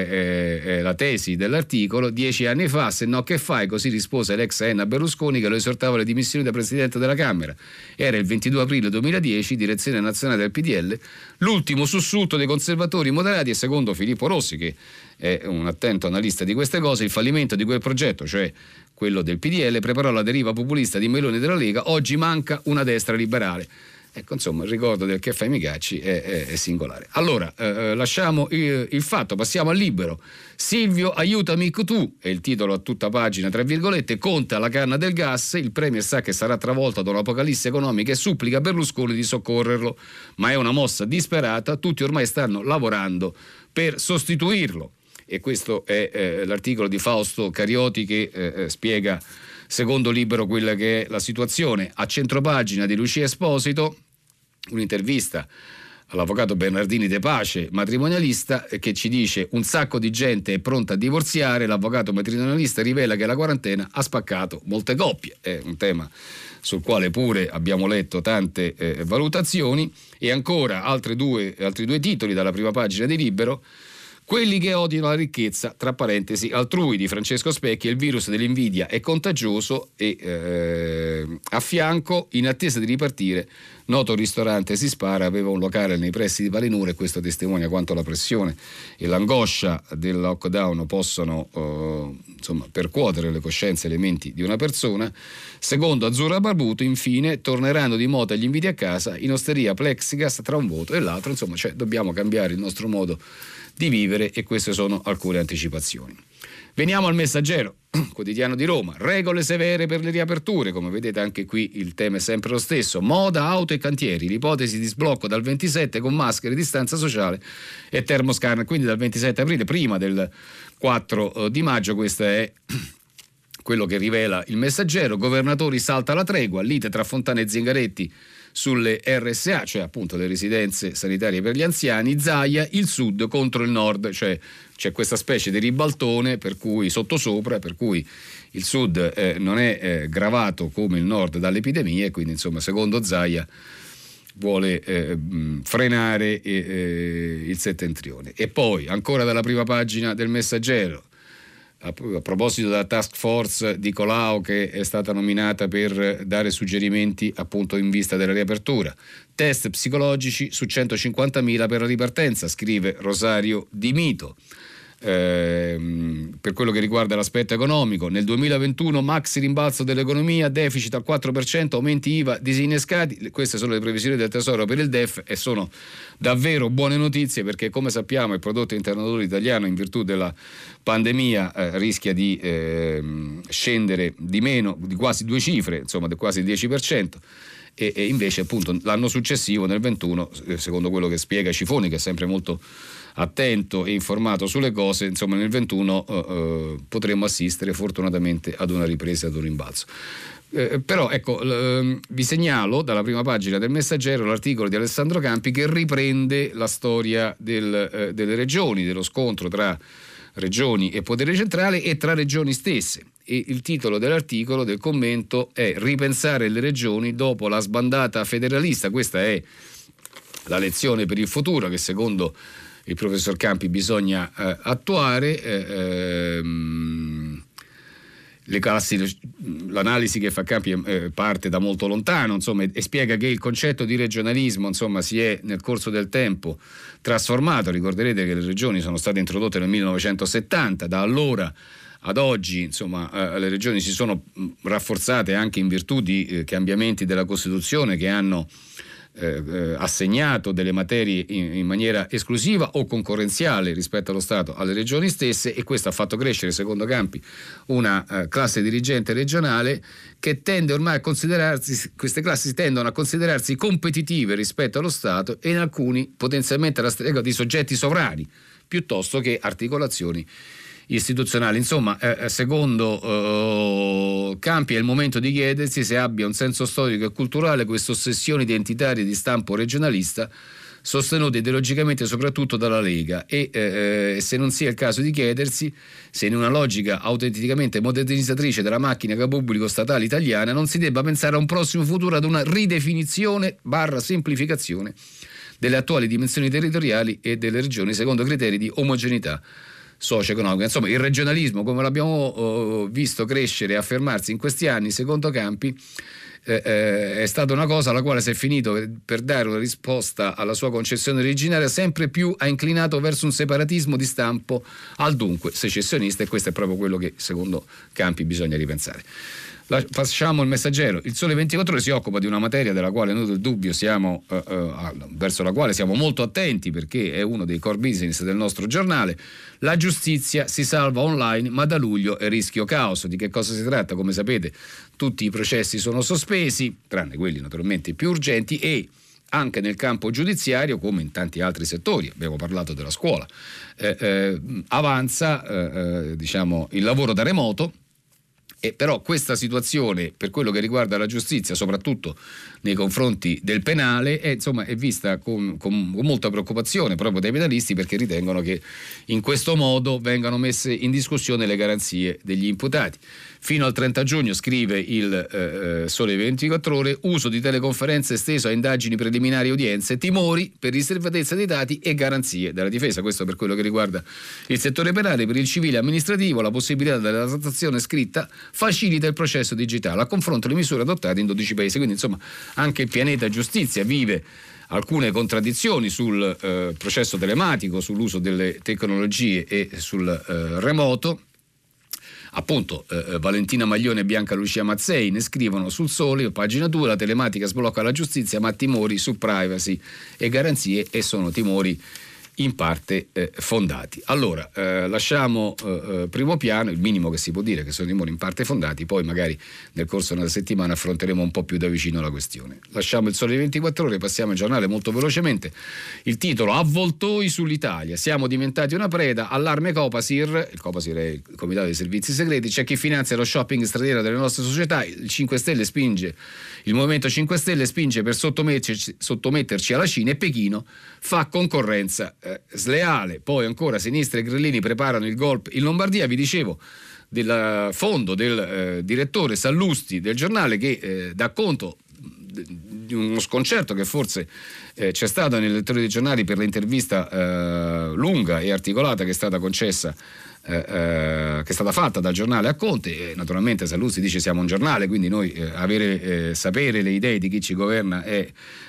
è la tesi dell'articolo. 10 anni fa, se no che fai? Così rispose l'ex Enna Berlusconi, che lo esortava alle dimissioni da Presidente della Camera. Era il 22 aprile 2010, direzione nazionale del PDL, l'ultimo sussulto dei conservatori moderati e, secondo Filippo Rossi, che è un attento analista di queste cose, il fallimento di quel progetto, cioè quello del PDL, preparò la deriva populista di Meloni e della Lega. Oggi manca una destra liberale. Ecco, insomma, il ricordo del che fai mi cacci è singolare. Allora, lasciamo il Fatto, passiamo al Libero. Silvio, aiutami tu, è il titolo a tutta pagina, tra virgolette. Conta la canna del gas, il premier sa che sarà travolta da un'apocalisse economica e supplica Berlusconi di soccorrerlo, ma è una mossa disperata, tutti ormai stanno lavorando per sostituirlo. E questo è l'articolo di Fausto Carioti che spiega, secondo Libero, quella che è la situazione. A centropagina di Lucia Esposito, un'intervista all'avvocato Bernardini De Pace, matrimonialista, che ci dice: un sacco di gente è pronta a divorziare, l'avvocato matrimonialista rivela che la quarantena ha spaccato molte coppie. È un tema sul quale pure abbiamo letto tante valutazioni. E ancora altri due titoli dalla prima pagina di Libero. Quelli che odiano la ricchezza, tra parentesi, altrui, di Francesco Specchi. Il virus dell'invidia è contagioso. E a fianco, in attesa di ripartire, noto ristorante si spara, aveva un locale nei pressi di Palinuro, e questo testimonia quanto la pressione e l'angoscia del lockdown possono insomma percuotere le coscienze e le menti di una persona. Secondo Azzurra Barbuto, infine, torneranno di moda gli inviti a casa, in osteria plexiglass tra un voto e l'altro. Insomma, dobbiamo cambiare il nostro modo di vivere, e queste sono alcune anticipazioni. Veniamo al Messaggero, quotidiano di Roma. Regole severe per le riaperture. Come vedete anche qui il tema è sempre lo stesso: moda, auto e cantieri. L'ipotesi di sblocco dal 27 con maschere, distanza sociale e termoscanner, quindi dal 27 aprile, prima del 4 di maggio. Questo è quello che rivela il Messaggero. Governatori salta la tregua, lite tra Fontana e Zingaretti sulle RSA, cioè appunto le residenze sanitarie per gli anziani. Zaia, il sud contro il nord, cioè c'è questa specie di ribaltone per cui sottosopra, per cui il sud non è gravato come il nord dalle epidemie, quindi insomma secondo Zaia vuole frenare il settentrione. E poi ancora dalla prima pagina del Messaggero, a proposito della task force di Colau che è stata nominata per dare suggerimenti appunto in vista della riapertura: test psicologici su 150.000 per la ripartenza, scrive Rosario Di Mito. Per quello che riguarda l'aspetto economico, nel 2021 maxi rimbalzo dell'economia, deficit al 4%, aumenti IVA disinnescati. Queste sono le previsioni del Tesoro per il DEF e sono davvero buone notizie, perché come sappiamo il prodotto interno lordo italiano, in virtù della pandemia, rischia di scendere di meno, di quasi 2 cifre, insomma di quasi il 10%. e invece appunto l'anno successivo, nel 21, secondo quello che spiega Cifoni, che è sempre molto attento e informato sulle cose, insomma nel 21 potremmo assistere fortunatamente ad una ripresa, ad un rimbalzo. Però ecco, vi segnalo dalla prima pagina del Messaggero l'articolo di Alessandro Campi che riprende la storia delle regioni, dello scontro tra regioni e potere centrale e tra regioni stesse, e il titolo dell'articolo, del commento, è "Ripensare le regioni dopo la sbandata federalista". Questa è la lezione per il futuro che secondo il professor Campi bisogna attuare. L'analisi che fa Campi parte da molto lontano, insomma, e spiega che il concetto di regionalismo, insomma, si è nel corso del tempo trasformato. Ricorderete che le regioni sono state introdotte nel 1970, da allora ad oggi, insomma, le regioni si sono rafforzate anche in virtù di cambiamenti della Costituzione che hanno assegnato delle materie in maniera esclusiva o concorrenziale rispetto allo Stato alle regioni stesse, e questo ha fatto crescere, secondo Campi, una classe dirigente regionale che tende ormai a considerarsi, queste classi tendono a considerarsi competitive rispetto allo Stato e in alcuni potenzialmente alla stregua di soggetti sovrani piuttosto che articolazioni istituzionali. Insomma, secondo Campi è il momento di chiedersi se abbia un senso storico e culturale queste ossessioni identitarie di stampo regionalista sostenute ideologicamente soprattutto dalla Lega, e se non sia il caso di chiedersi se in una logica autenticamente modernizzatrice della macchina pubblico statale italiana non si debba pensare a un prossimo futuro ad una ridefinizione / semplificazione delle attuali dimensioni territoriali e delle regioni secondo criteri di omogeneità socio-economica. Insomma, il regionalismo, come l'abbiamo visto crescere e affermarsi in questi anni, secondo Campi, è stata una cosa alla quale si è finito, per dare una risposta alla sua concezione originaria, sempre più ha inclinato verso un separatismo di stampo al dunque secessionista, e questo è proprio quello che secondo Campi bisogna ripensare. Facciamo il Messaggero. Il Sole 24 Ore si occupa di una materia della quale noi del Dubbio siamo verso la quale siamo molto attenti, perché è uno dei core business del nostro giornale. La giustizia si salva online, ma da luglio è rischio caos. Di che cosa si tratta? Come sapete, tutti i processi sono sospesi, tranne quelli naturalmente più urgenti, e anche nel campo giudiziario, come in tanti altri settori, abbiamo parlato della scuola, avanza diciamo il lavoro da remoto. E però questa situazione, per quello che riguarda la giustizia, soprattutto nei confronti del penale, è vista con molta preoccupazione proprio dai penalisti, perché ritengono che in questo modo vengano messe in discussione le garanzie degli imputati. Fino al 30 giugno, scrive il Sole 24 Ore, uso di teleconferenze esteso a indagini preliminari e udienze, timori per riservatezza dei dati e garanzie della difesa. Questo per quello che riguarda il settore penale. Per il civile amministrativo la possibilità della trattazione scritta facilita il processo digitale, a confronto le misure adottate in 12 paesi. Quindi insomma anche il pianeta giustizia vive alcune contraddizioni sul processo telematico, sull'uso delle tecnologie e sul remoto. Appunto Valentina Maglione e Bianca Lucia Mazzei ne scrivono sul Sole, pagina 2, la telematica sblocca la giustizia, ma timori su privacy e garanzie, e sono timori in parte fondati. Allora lasciamo primo piano, il minimo che si può dire che sono timori in parte fondati, poi magari nel corso della settimana affronteremo un po' più da vicino la questione. Lasciamo il Sole 24 Ore, passiamo al giornale molto velocemente. Il titolo: avvoltoi sull'Italia, siamo diventati una preda, allarme Copasir. Il Copasir è il Comitato dei Servizi Segreti, c'è chi finanzia lo shopping straniero delle nostre società, il Movimento 5 Stelle spinge per sottometterci alla Cina, e Pechino fa concorrenza sleale. Poi ancora sinistra e grillini preparano il golpe in Lombardia. Vi dicevo del fondo del direttore Sallusti del giornale, che dà conto di uno sconcerto che forse c'è stato nei lettori dei giornali per l'intervista lunga e articolata che è stata concessa, che è stata fatta dal giornale a Conte. Naturalmente Sallusti dice: siamo un giornale, quindi noi sapere le idee di chi ci governa è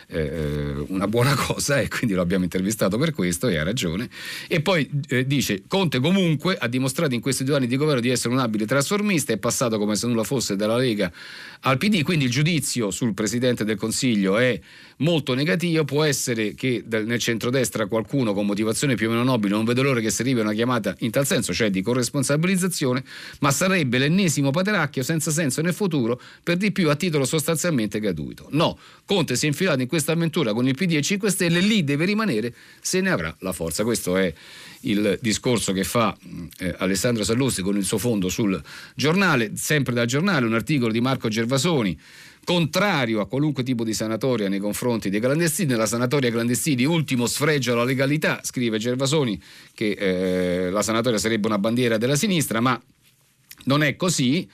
una buona cosa, e quindi lo abbiamo intervistato per questo, e ha ragione. E poi dice: Conte comunque ha dimostrato in questi 2 anni di governo di essere un abile trasformista, è passato come se nulla fosse dalla Lega al PD, quindi il giudizio sul Presidente del Consiglio è molto negativo. Può essere che nel centrodestra qualcuno con motivazione più o meno nobile non vede l'ora che si arrivi a una chiamata in tal senso, cioè cioè di corresponsabilizzazione, ma sarebbe l'ennesimo pateracchio senza senso nel futuro, per di più a titolo sostanzialmente gratuito. No, Conte si è infilato in questa avventura con il PD e 5 Stelle, lì deve rimanere se ne avrà la forza. Questo è il discorso che fa Alessandro Sallusti con il suo fondo sul Giornale. Sempre dal Giornale un articolo di Marco Gervasoni, contrario a qualunque tipo di sanatoria nei confronti dei clandestini. La sanatoria ai clandestini, ultimo sfregio alla legalità, scrive Gervasoni, che la sanatoria sarebbe una bandiera della sinistra, ma non è così.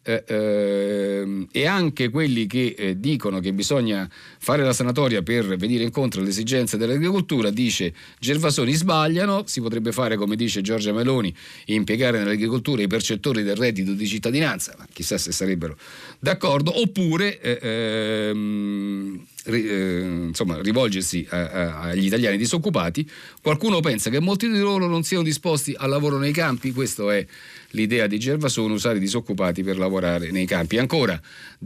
E anche quelli che dicono che bisogna fare la sanatoria per venire incontro alle esigenze dell'agricoltura, dice Gervasoni, sbagliano. Si potrebbe fare, come dice Giorgia Meloni, impiegare nell'agricoltura i percettori del reddito di cittadinanza, ma chissà se sarebbero d'accordo, oppure insomma rivolgersi agli italiani disoccupati. Qualcuno pensa che molti di loro non siano disposti al lavoro nei campi. Questo è l'idea di Gervasoni, usare i disoccupati per lavorare nei campi. Ancora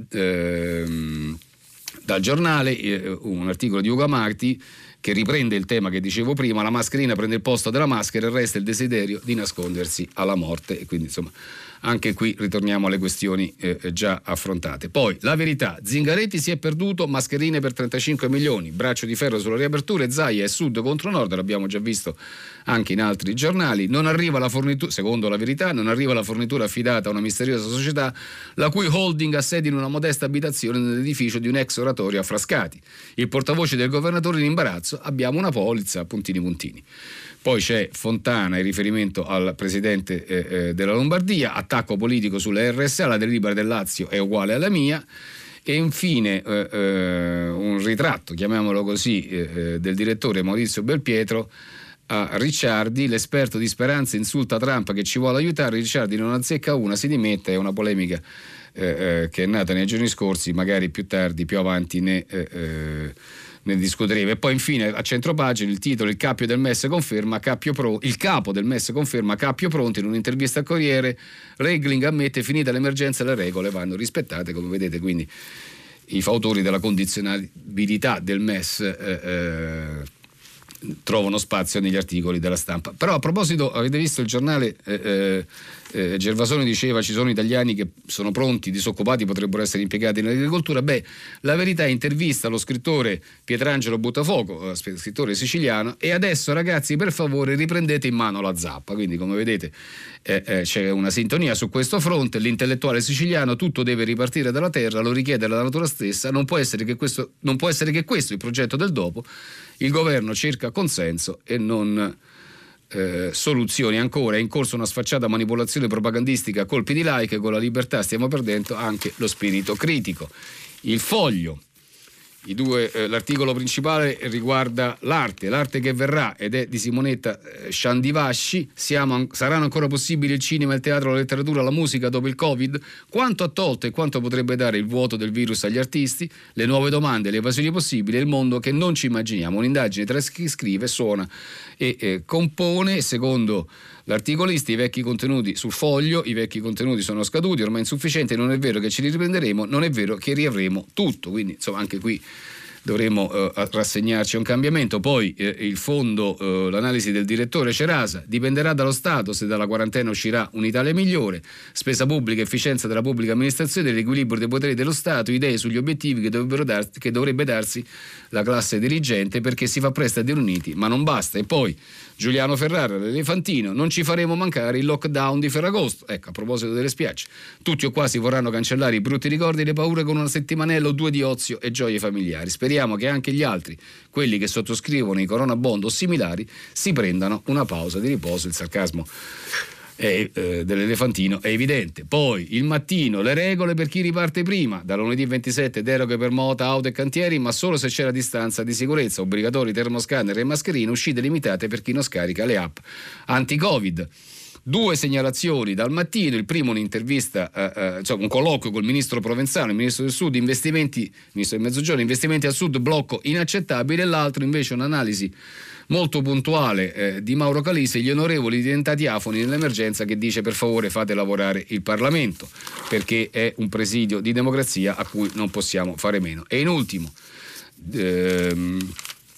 dal Giornale un articolo di Ugo Amarti che riprende il tema che dicevo prima: la mascherina prende il posto della maschera e resta il desiderio di nascondersi alla morte. E quindi insomma anche qui ritorniamo alle questioni già affrontate. Poi La Verità: Zingaretti si è perduto, mascherine per 35 milioni, braccio di ferro sulla riapertura e Zaia è sud contro nord, l'abbiamo già visto anche in altri giornali. Non arriva la fornitura, secondo La Verità, non arriva la fornitura affidata a una misteriosa società la cui holding ha sede in una modesta abitazione nell'edificio di un ex oratorio a Frascati. Il portavoce del governatore in imbarazzo: abbiamo una polizza, puntini puntini. Poi c'è Fontana in riferimento al presidente della Lombardia, attacco politico sulle RSA, la delibera del Lazio è uguale alla mia. E infine un ritratto, chiamiamolo così, del direttore Maurizio Belpietro a Ricciardi: l'esperto di Speranza insulta Trump che ci vuole aiutare, Ricciardi non azzecca una, si dimette. È una polemica che è nata nei giorni scorsi, magari più tardi, più avanti ne discuteremo. E poi infine a centropagina il titolo: il capo del MES conferma Cappio Pronti in un'intervista al Corriere. Regling ammette: finita l'emergenza le regole vanno rispettate. Come vedete, quindi i fautori della condizionabilità del MES trovano spazio negli articoli della Stampa. Però a proposito, avete visto il Giornale, Gervasoni diceva ci sono italiani che sono pronti, disoccupati, potrebbero essere impiegati nell'agricoltura. La Verità intervista lo scrittore Pietrangelo Buttafuoco, scrittore siciliano, e adesso ragazzi per favore riprendete in mano la zappa. Quindi come vedete c'è una sintonia su questo fronte. L'intellettuale siciliano: tutto deve ripartire dalla terra, lo richiede la natura stessa, non può essere che questo il progetto del dopo. Il governo cerca consenso e non soluzioni. Ancora è in corso una sfacciata manipolazione propagandistica a colpi di like. Con la libertà stiamo perdendo anche lo spirito critico. Il Foglio, l'articolo principale riguarda l'arte che verrà, ed è di Simonetta Sciandivasci. Saranno ancora possibili il cinema, il teatro, la letteratura, la musica dopo il Covid? Quanto ha tolto e quanto potrebbe dare il vuoto del virus agli artisti? Le nuove domande, le evasioni possibili e il mondo che non ci immaginiamo. Un'indagine tra chi scrive, suona e compone. Secondo l'articolista, i vecchi contenuti sul Foglio, i vecchi contenuti sono scaduti, ormai insufficienti, non è vero che ci li riprenderemo, non è vero che riavremo tutto. Quindi insomma anche qui dovremo rassegnarci a un cambiamento. Poi il fondo, l'analisi del direttore Cerasa: dipenderà dallo Stato se dalla quarantena uscirà un'Italia migliore. Spesa pubblica, efficienza della pubblica amministrazione, l'equilibrio dei poteri dello Stato, idee sugli obiettivi che dovrebbe darsi la classe dirigente, perché si fa presto a dire uniti, ma non basta. E poi Giuliano Ferrara, l'Elefantino: non ci faremo mancare il lockdown di Ferragosto. Ecco, a proposito delle spiagge, tutti o quasi vorranno cancellare i brutti ricordi e le paure con una settimanella o due di ozio e gioie familiari. Speriamo che anche gli altri, quelli che sottoscrivono i Corona Bond o similari, si prendano una pausa di riposo. Il sarcasmo dell'Elefantino è evidente. Poi Il Mattino: le regole per chi riparte prima. Da lunedì 27 deroghe per mota, auto e cantieri, ma solo se c'è la distanza di sicurezza. Obbligatori termoscanner e mascherine, uscite limitate per chi non scarica le app anti-Covid. 2 segnalazioni dal Mattino: il primo un'intervista, un colloquio col ministro Provenzano, il ministro del Sud, ministro del Mezzogiorno, investimenti al Sud, blocco inaccettabile. L'altro invece un'analisi molto puntuale di Mauro Calise: gli onorevoli diventati afoni nell'emergenza, che dice per favore fate lavorare il Parlamento, perché è un presidio di democrazia a cui non possiamo fare meno. E in ultimo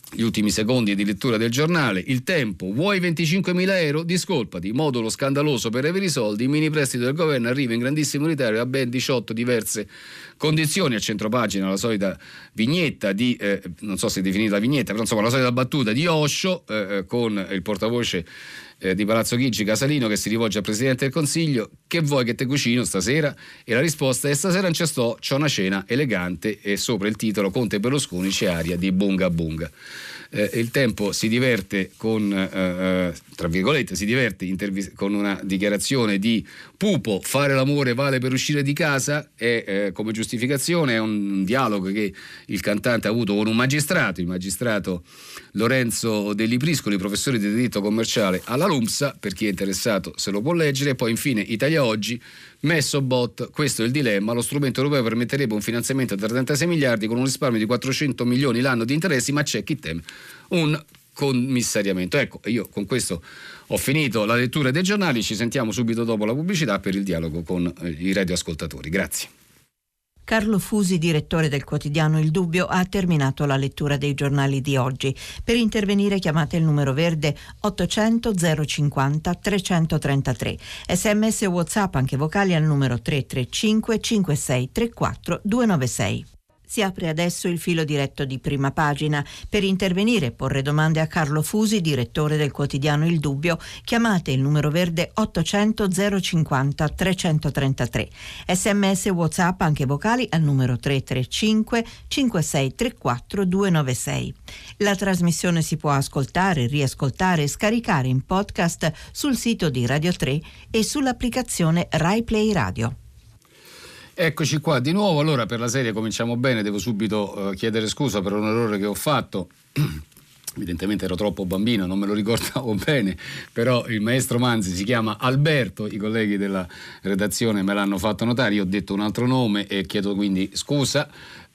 gli ultimi secondi di lettura del giornale. Il Tempo: vuoi 25.000 euro? Discolpati, modulo scandaloso per avere i soldi, il mini prestito del governo arriva in grandissimo ritardo a ben 18 diverse condizioni. A centropagina la solita vignetta di non so se è definita vignetta, però insomma la solita battuta di Osho con il portavoce di Palazzo Chigi, Casalino, che si rivolge al Presidente del Consiglio: che vuoi che te cucino stasera? E la risposta è: stasera non ci sto, c'ho una cena elegante, e sopra il titolo Conte e Berlusconi c'è aria di bunga bunga. Il Tempo si diverte con tra virgolette si diverte con una dichiarazione di Pupo: fare l'amore vale per uscire di casa, e come giustificazione è un dialogo che il cantante ha avuto con un magistrato, il magistrato Lorenzo Degli Priscoli, professore di diritto commerciale alla LUMSA, per chi è interessato se lo può leggere. E poi infine Italia Oggi: messo bot, questo è il dilemma, lo strumento europeo permetterebbe un finanziamento da 36 miliardi con un risparmio di 400 milioni l'anno di interessi, ma c'è chi teme un commissariamento. Ecco, io con questo ho finito la lettura dei giornali, ci sentiamo subito dopo la pubblicità per il dialogo con i radioascoltatori. Grazie. Carlo Fusi, direttore del quotidiano Il Dubbio, ha terminato la lettura dei giornali di oggi. Per intervenire chiamate il numero verde 800 050 333. SMS o WhatsApp anche vocali al numero 335 5634 296. Si apre adesso il filo diretto di Prima Pagina. Per intervenire e porre domande a Carlo Fusi, direttore del quotidiano Il Dubbio, chiamate il numero verde 800 050 333. SMS e WhatsApp anche vocali al numero 335 5634 296. La trasmissione si può ascoltare, riascoltare e scaricare in podcast sul sito di Radio 3 e sull'applicazione Rai Play Radio. Eccoci qua di nuovo. Allora, per la serie cominciamo bene, devo subito chiedere scusa per un errore che ho fatto. Evidentemente ero troppo bambino, non me lo ricordavo bene, però il maestro Manzi si chiama Alberto, i colleghi della redazione me l'hanno fatto notare, io ho detto un altro nome e chiedo quindi scusa.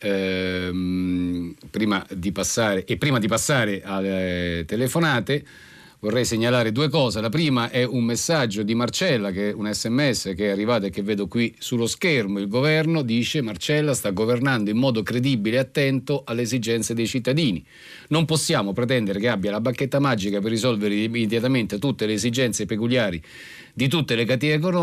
Prima di passare alle telefonate, vorrei segnalare due cose. La prima è un messaggio di Marcella, che è un SMS che è arrivato e che vedo qui sullo schermo. Il governo dice: Marcella sta governando in modo credibile e attento alle esigenze dei cittadini. Non possiamo pretendere che abbia la bacchetta magica per risolvere immediatamente tutte le esigenze peculiari di tutte le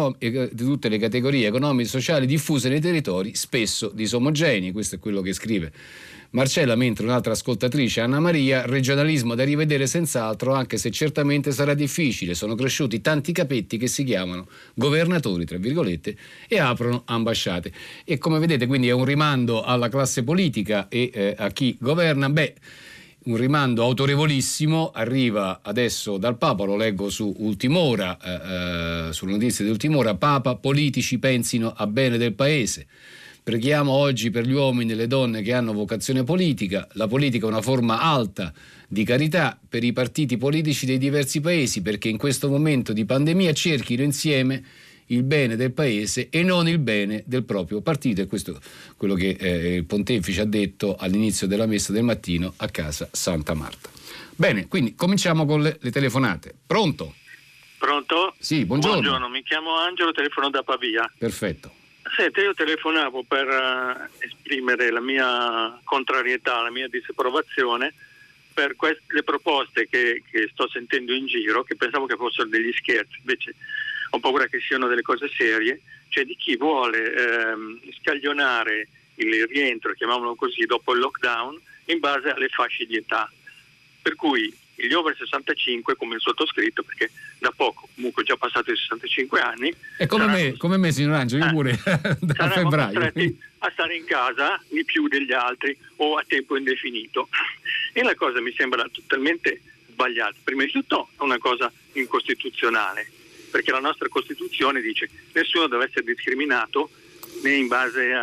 categorie economiche e sociali diffuse nei territori spesso disomogenei. Questo è quello che scrive Marcella, mentre un'altra ascoltatrice, Anna Maria: regionalismo da rivedere senz'altro, anche se certamente sarà difficile. Sono cresciuti tanti capetti che si chiamano governatori, tra virgolette, e aprono ambasciate. E come vedete, quindi è un rimando alla classe politica e a chi governa. Un rimando autorevolissimo arriva adesso dal Papa, lo leggo su Ultimora, sulle notizie di Ultimora: Papa, politici pensino a bene del Paese. Preghiamo oggi per gli uomini e le donne che hanno vocazione politica. La politica è una forma alta di carità per i partiti politici dei diversi paesi, perché in questo momento di pandemia cerchino insieme il bene del paese e non il bene del proprio partito. E questo è quello che il pontefice ha detto all'inizio della messa del mattino a casa Santa Marta. Bene, quindi cominciamo con le telefonate. Pronto? Pronto? Sì, buongiorno. Buongiorno, mi chiamo Angelo, telefono da Pavia. Perfetto. Senti, io telefonavo per esprimere la mia contrarietà, la mia disapprovazione per le proposte che sto sentendo in giro, che pensavo che fossero degli scherzi, invece ho paura che siano delle cose serie, cioè di chi vuole scaglionare il rientro, chiamiamolo così, dopo il lockdown, in base alle fasce di età. Per cui gli over 65, come il sottoscritto, perché da poco, comunque già passato i 65 anni... E come me signor Angelo, io pure da febbraio. Costretti a stare in casa di più degli altri o a tempo indefinito. E la cosa mi sembra totalmente sbagliata. Prima di tutto è una cosa incostituzionale, perché la nostra Costituzione dice che nessuno deve essere discriminato né in base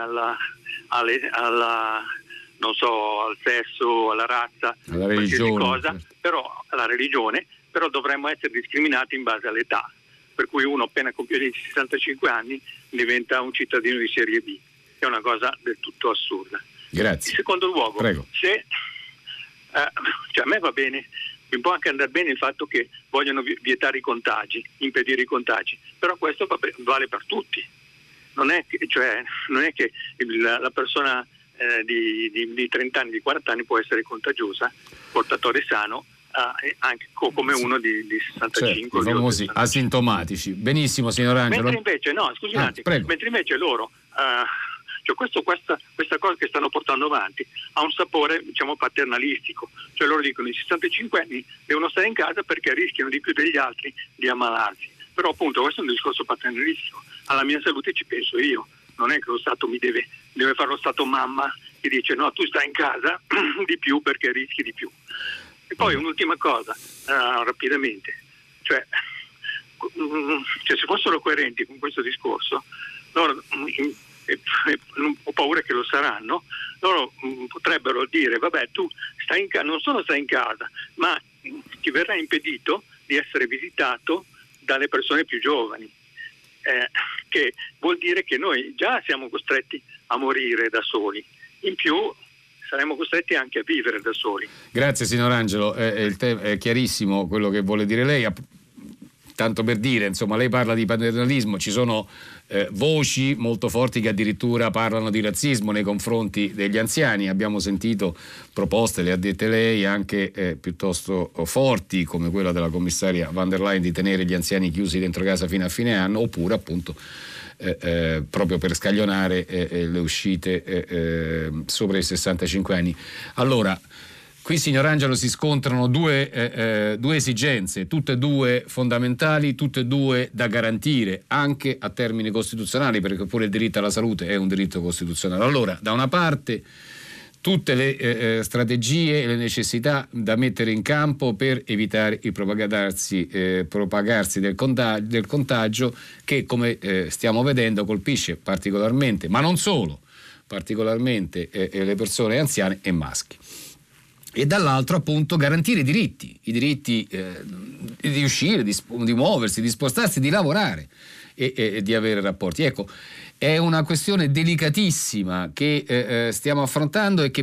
non so, al sesso, alla razza, alla religione, cosa, però alla religione, però dovremmo essere discriminati in base all'età, per cui uno appena compie i 65 anni diventa un cittadino di serie B, è una cosa del tutto assurda. Grazie. In secondo luogo, prego. Se cioè a me va bene, mi può anche andare bene il fatto che vogliono vietare i contagi, impedire i contagi, però questo vale per tutti, non è che la persona di 30 anni, di 40 anni può essere contagiosa portatore sano, anche come uno di 65, certo, i famosi asintomatici. Benissimo, signor Angelo. Mentre invece mentre invece loro cioè questa cosa che stanno portando avanti ha un sapore, diciamo, paternalistico, cioè loro dicono i 65 anni devono stare in casa perché rischiano di più degli altri di ammalarsi, però appunto questo è un discorso paternalistico. Alla mia salute ci penso io, non è che lo Stato mi deve fare lo Stato mamma che dice no, tu stai in casa di più perché rischi di più. E poi un'ultima cosa, rapidamente, cioè se fossero coerenti con questo discorso, loro, ho paura che lo saranno, loro potrebbero dire vabbè, tu stai in casa, non solo stai in casa, ma ti verrà impedito di essere visitato dalle persone più giovani, che vuol dire che noi già siamo costretti a morire da soli, in più saremo costretti anche a vivere da soli. Grazie signor Angelo, è chiarissimo quello che vuole dire lei. Tanto per dire, insomma, lei parla di paternalismo, ci sono voci molto forti che addirittura parlano di razzismo nei confronti degli anziani. Abbiamo sentito proposte, le ha dette lei, anche piuttosto forti, come quella della commissaria van der Leyen di tenere gli anziani chiusi dentro casa fino a fine anno, oppure appunto proprio per scaglionare le uscite sopra i 65 anni. Allora, qui, signor Angelo, si scontrano due esigenze, tutte e due fondamentali, tutte e due da garantire, anche a termini costituzionali, perché pure il diritto alla salute è un diritto costituzionale. Allora, da una parte, tutte le strategie e le necessità da mettere in campo per evitare il propagarsi del contagio che, come stiamo vedendo, colpisce particolarmente, ma non solo, particolarmente le persone anziane e maschi. E dall'altro appunto garantire i diritti di uscire, di muoversi, di spostarsi, di lavorare e di avere rapporti. Ecco, è una questione delicatissima che stiamo affrontando e che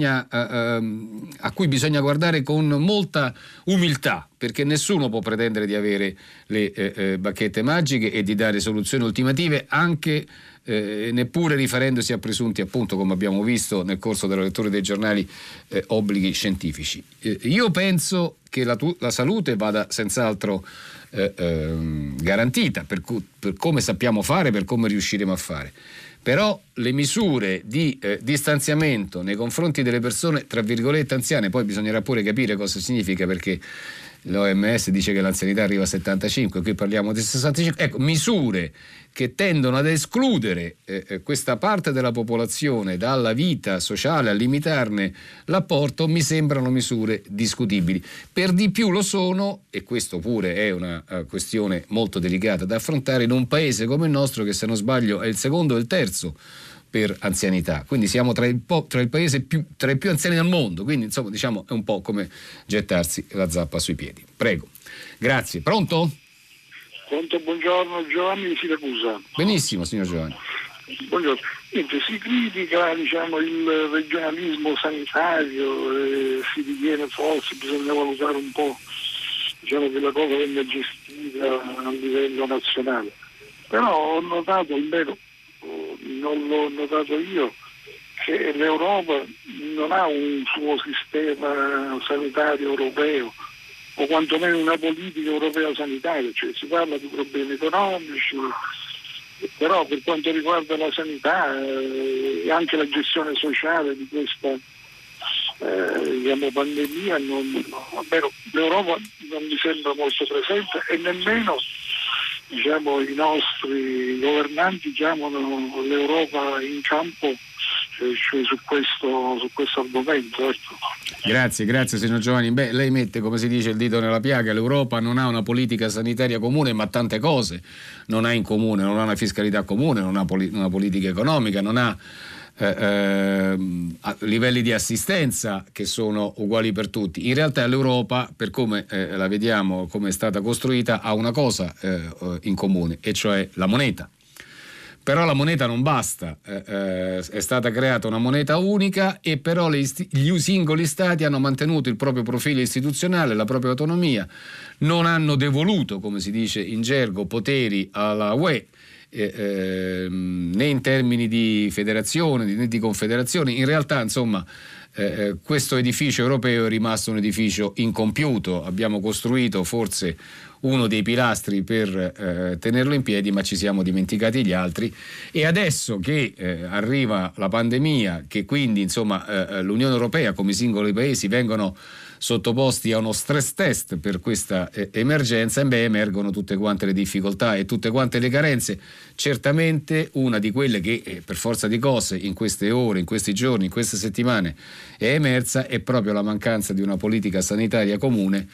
a cui bisogna guardare con molta umiltà, perché nessuno può pretendere di avere le bacchette magiche e di dare soluzioni ultimative, anche neppure riferendosi a presunti, appunto, come abbiamo visto nel corso della lettura dei giornali, obblighi scientifici. Io penso che la salute vada senz'altro garantita per come sappiamo fare, per come riusciremo a fare. Però le misure di distanziamento nei confronti delle persone, tra virgolette, anziane, poi bisognerà pure capire cosa significa, perché l'OMS dice che l'anzianità arriva a 75, qui parliamo di 65, ecco, misure che tendono ad escludere questa parte della popolazione dalla vita sociale, a limitarne l'apporto, mi sembrano misure discutibili. Per di più lo sono, e questo pure è una questione molto delicata da affrontare, in un paese come il nostro che, se non sbaglio, è il secondo o il terzo per anzianità, quindi siamo tra i paesi tra i più anziani del mondo, quindi insomma, diciamo, è un po' come gettarsi la zappa sui piedi. Prego. Grazie. Pronto? Pronto, buongiorno, Giovanni di Siracusa. Benissimo, signor Giovanni. Buongiorno. Niente, si critica, diciamo, il regionalismo sanitario, si ritiene forse bisogna valutare un po', diciamo, che la cosa venga gestita a livello nazionale. Però ho notato, almeno non l'ho notato io, che l'Europa non ha un suo sistema sanitario europeo, o quantomeno una politica europea sanitaria, cioè si parla di problemi economici, però per quanto riguarda la sanità e anche la gestione sociale di questa pandemia, l'Europa non mi sembra molto presente, e nemmeno, diciamo, i nostri governanti chiamano l'Europa in campo, cioè su questo argomento. Ecco. Grazie signor Giovanni. Lei mette, come si dice, il dito nella piaga. L'Europa non ha una politica sanitaria comune, ma tante cose non ha in comune, non ha una fiscalità comune, non ha una politica economica, non ha livelli di assistenza che sono uguali per tutti. In realtà l'Europa, per come la vediamo, come è stata costruita, ha una cosa in comune, e cioè la moneta. Però la moneta non basta, è stata creata una moneta unica, e però gli singoli stati hanno mantenuto il proprio profilo istituzionale, la propria autonomia, non hanno devoluto, come si dice in gergo, poteri alla UE, né in termini di federazione né di confederazione. In realtà, insomma, questo edificio europeo è rimasto un edificio incompiuto. Abbiamo costruito forse uno dei pilastri per tenerlo in piedi, ma ci siamo dimenticati gli altri, e adesso che arriva la pandemia, che quindi insomma l'Unione Europea come i singoli paesi vengono sottoposti a uno stress test per questa emergenza, emergono tutte quante le difficoltà e tutte quante le carenze. Certamente una di quelle che per forza di cose in queste ore, in questi giorni, in queste settimane è emersa è proprio la mancanza di una politica sanitaria comune,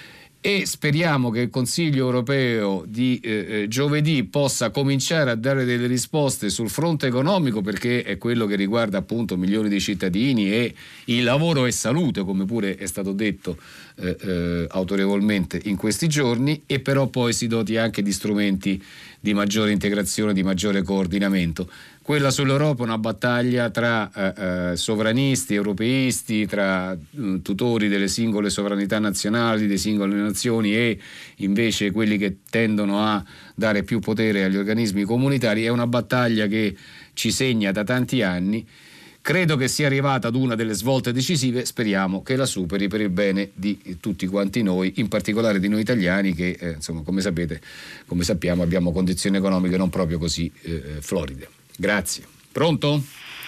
e speriamo che il Consiglio europeo di giovedì possa cominciare a dare delle risposte sul fronte economico, perché è quello che riguarda appunto milioni di cittadini e il lavoro e salute, come pure è stato detto autorevolmente in questi giorni, e però poi si doti anche di strumenti di maggiore integrazione, di maggiore coordinamento. Quella sull'Europa è una battaglia tra sovranisti, europeisti, tra tutori delle singole sovranità nazionali, delle singole nazioni, e invece quelli che tendono a dare più potere agli organismi comunitari. È una battaglia che ci segna da tanti anni. Credo che sia arrivata ad una delle svolte decisive, speriamo che la superi per il bene di tutti quanti noi, in particolare di noi italiani che insomma, come sappiamo abbiamo condizioni economiche non proprio così floride. Grazie. Pronto?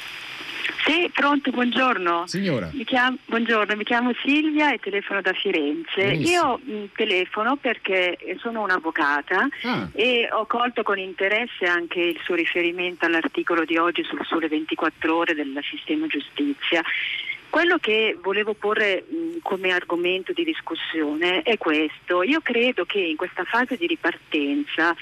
Sì, pronto, buongiorno. Signora. Buongiorno, mi chiamo Silvia e telefono da Firenze. Benissimo. Io telefono perché sono un'avvocata e ho colto con interesse anche il suo riferimento all'articolo di oggi sul Sole 24 Ore del sistema giustizia. Quello che volevo porre come argomento di discussione è questo. Io credo che in questa fase di ripartenza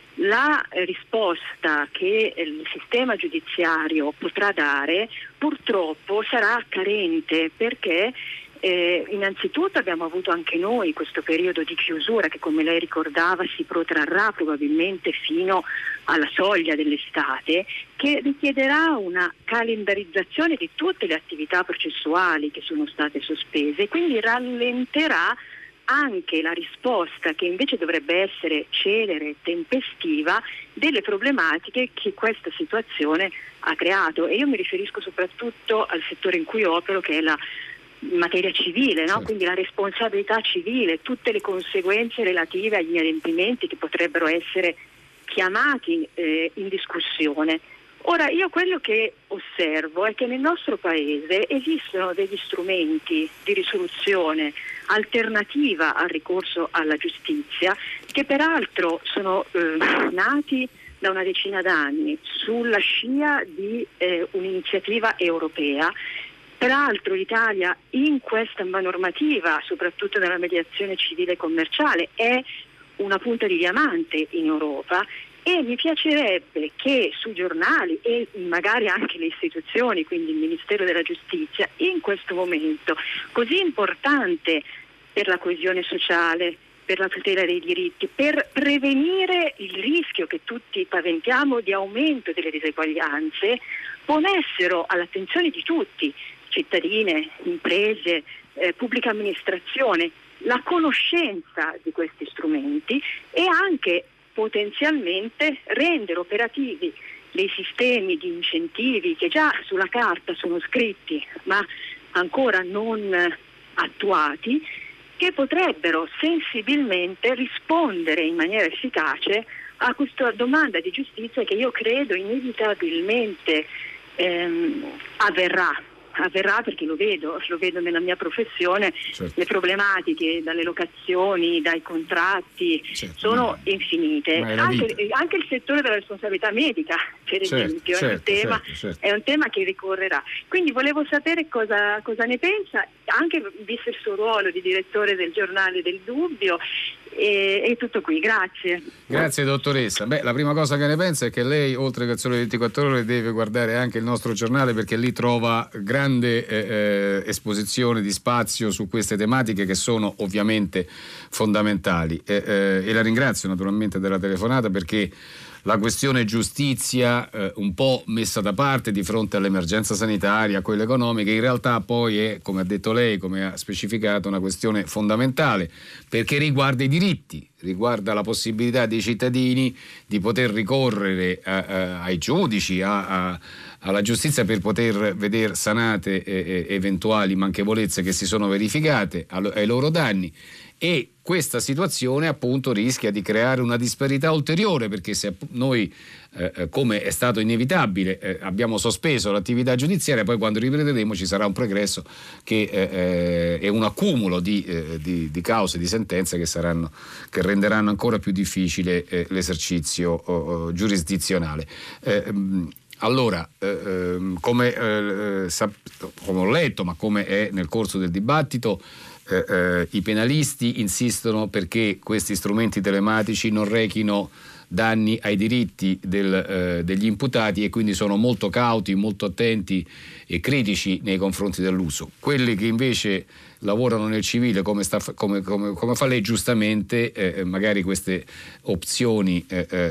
la risposta che il sistema giudiziario potrà dare purtroppo sarà carente, perché innanzitutto abbiamo avuto anche noi questo periodo di chiusura che, come lei ricordava, si protrarrà probabilmente fino alla soglia dell'estate, che richiederà una calendarizzazione di tutte le attività processuali che sono state sospese, quindi rallenterà anche la risposta, che invece dovrebbe essere celere e tempestiva, delle problematiche che questa situazione ha creato. E io mi riferisco soprattutto al settore in cui opero, che è la materia civile, no? Certo. Quindi la responsabilità civile, tutte le conseguenze relative agli adempimenti che potrebbero essere chiamati in discussione. Ora, io quello che osservo è che nel nostro Paese esistono degli strumenti di risoluzione alternativa al ricorso alla giustizia, che peraltro sono nati da una decina d'anni sulla scia di un'iniziativa europea. Peraltro l'Italia in questa normativa, soprattutto nella mediazione civile e commerciale, è una punta di diamante in Europa, e mi piacerebbe che sui giornali e magari anche le istituzioni, quindi il Ministero della Giustizia, in questo momento così importante per la coesione sociale, per la tutela dei diritti, per prevenire il rischio che tutti paventiamo di aumento delle diseguaglianze, ponessero all'attenzione di tutti, cittadine, imprese, pubblica amministrazione, la conoscenza di questi strumenti e anche potenzialmente rendere operativi dei sistemi di incentivi che già sulla carta sono scritti ma ancora non attuati, che potrebbero sensibilmente rispondere in maniera efficace a questa domanda di giustizia che io credo inevitabilmente avverrà perché lo vedo nella mia professione. Certo. Le problematiche dalle locazioni, dai contratti, certo, sono infinite. Anche il settore della responsabilità medica, per esempio, è un tema che ricorrerà. Quindi volevo sapere cosa ne pensa, anche visto il suo ruolo di direttore del giornale del Dubbio. E tutto qui, grazie. Grazie dottoressa. La prima cosa che ne pensa è che lei, oltre che al Sole 24 Ore, deve guardare anche il nostro giornale, perché lì trova grande esposizione di spazio su queste tematiche che sono ovviamente fondamentali. E la ringrazio naturalmente della telefonata, perché la questione giustizia un po' messa da parte di fronte all'emergenza sanitaria, a quella economica, in realtà poi è, come ha detto lei, come ha specificato, una questione fondamentale, perché riguarda i diritti, riguarda la possibilità dei cittadini di poter ricorrere ai giudici, alla giustizia, per poter vedere sanate eventuali manchevolezze che si sono verificate ai loro danni. E questa situazione appunto rischia di creare una disparità ulteriore, perché se noi, come è stato inevitabile, abbiamo sospeso l'attività giudiziaria, poi quando riprenderemo ci sarà un pregresso che è un accumulo di cause, di sentenze che renderanno ancora più difficile l'esercizio giurisdizionale. Allora, come ho letto, ma come è nel corso del dibattito, i penalisti insistono perché questi strumenti telematici non rechino danni ai diritti degli imputati, e quindi sono molto cauti, molto attenti e critici nei confronti dell'uso. Quelli che invece lavorano nel civile, come fa lei giustamente, magari queste opzioni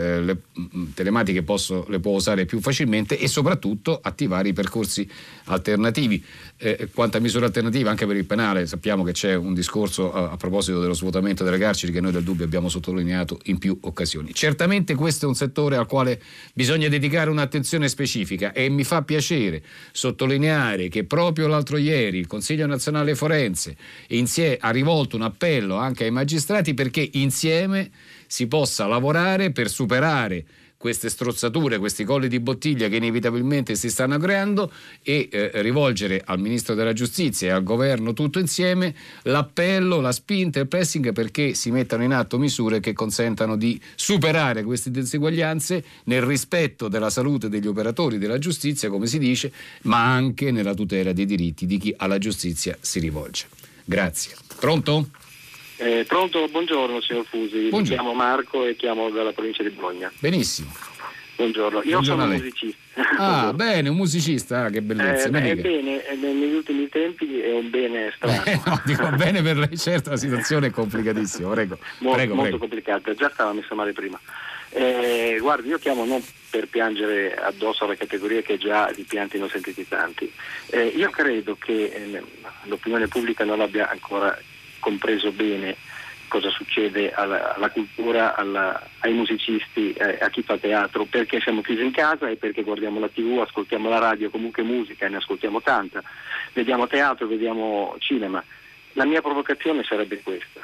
telematiche le può usare più facilmente, e soprattutto attivare i percorsi alternativi. Quanto a misure alternative anche per il penale, sappiamo che c'è un discorso a proposito dello svuotamento delle carceri che noi del Dubbio abbiamo sottolineato in più occasioni. Certamente questo è un settore al quale bisogna dedicare un'attenzione specifica, e mi fa piacere sottolineare che proprio l'altro ieri il Consiglio Nazionale Forense ha rivolto un appello anche ai magistrati perché insieme si possa lavorare per superare queste strozzature, questi colli di bottiglia che inevitabilmente si stanno creando, e rivolgere al Ministro della Giustizia e al Governo tutto insieme l'appello, la spinta, il pressing perché si mettano in atto misure che consentano di superare queste diseguaglianze nel rispetto della salute degli operatori della giustizia, come si dice, ma anche nella tutela dei diritti di chi alla giustizia si rivolge. Grazie. Pronto? Pronto, buongiorno signor Fusi. Mi chiamo Marco e chiamo dalla provincia di Bologna. Benissimo. Buongiorno, io sono un musicista. Ah, bene, un musicista, che bellezza. Bene, negli ultimi tempi è un bene strano. No, dico bene per lei, certo, la situazione è complicatissima, prego. Molto complicata, già stava messa male prima. Guardi, io chiamo non per piangere addosso alla categoria che già di pianti ne ho sentiti tanti. Io credo che l'opinione pubblica non abbia ancora compreso bene cosa succede alla cultura, ai musicisti, a chi fa teatro, perché siamo chiusi in casa e perché guardiamo la TV, ascoltiamo la radio, comunque musica, ne ascoltiamo tanta, vediamo teatro, vediamo cinema. La mia provocazione sarebbe questa,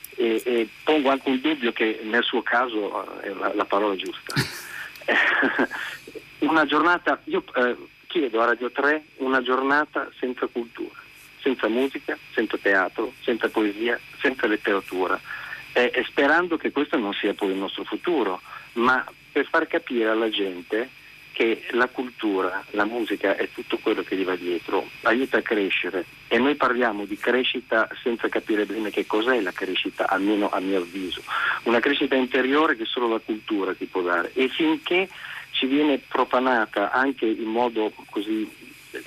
e pongo anche un dubbio che nel suo caso è la parola giusta. Una giornata, io chiedo a Radio 3 una giornata senza cultura, senza musica, senza teatro, senza poesia, senza letteratura, sperando che questo non sia poi il nostro futuro, ma per far capire alla gente che la cultura, la musica e tutto quello che gli va dietro aiuta a crescere, e noi parliamo di crescita senza capire bene che cos'è la crescita, almeno a mio avviso, una crescita interiore che solo la cultura ti può dare, e finché ci viene profanata anche in modo così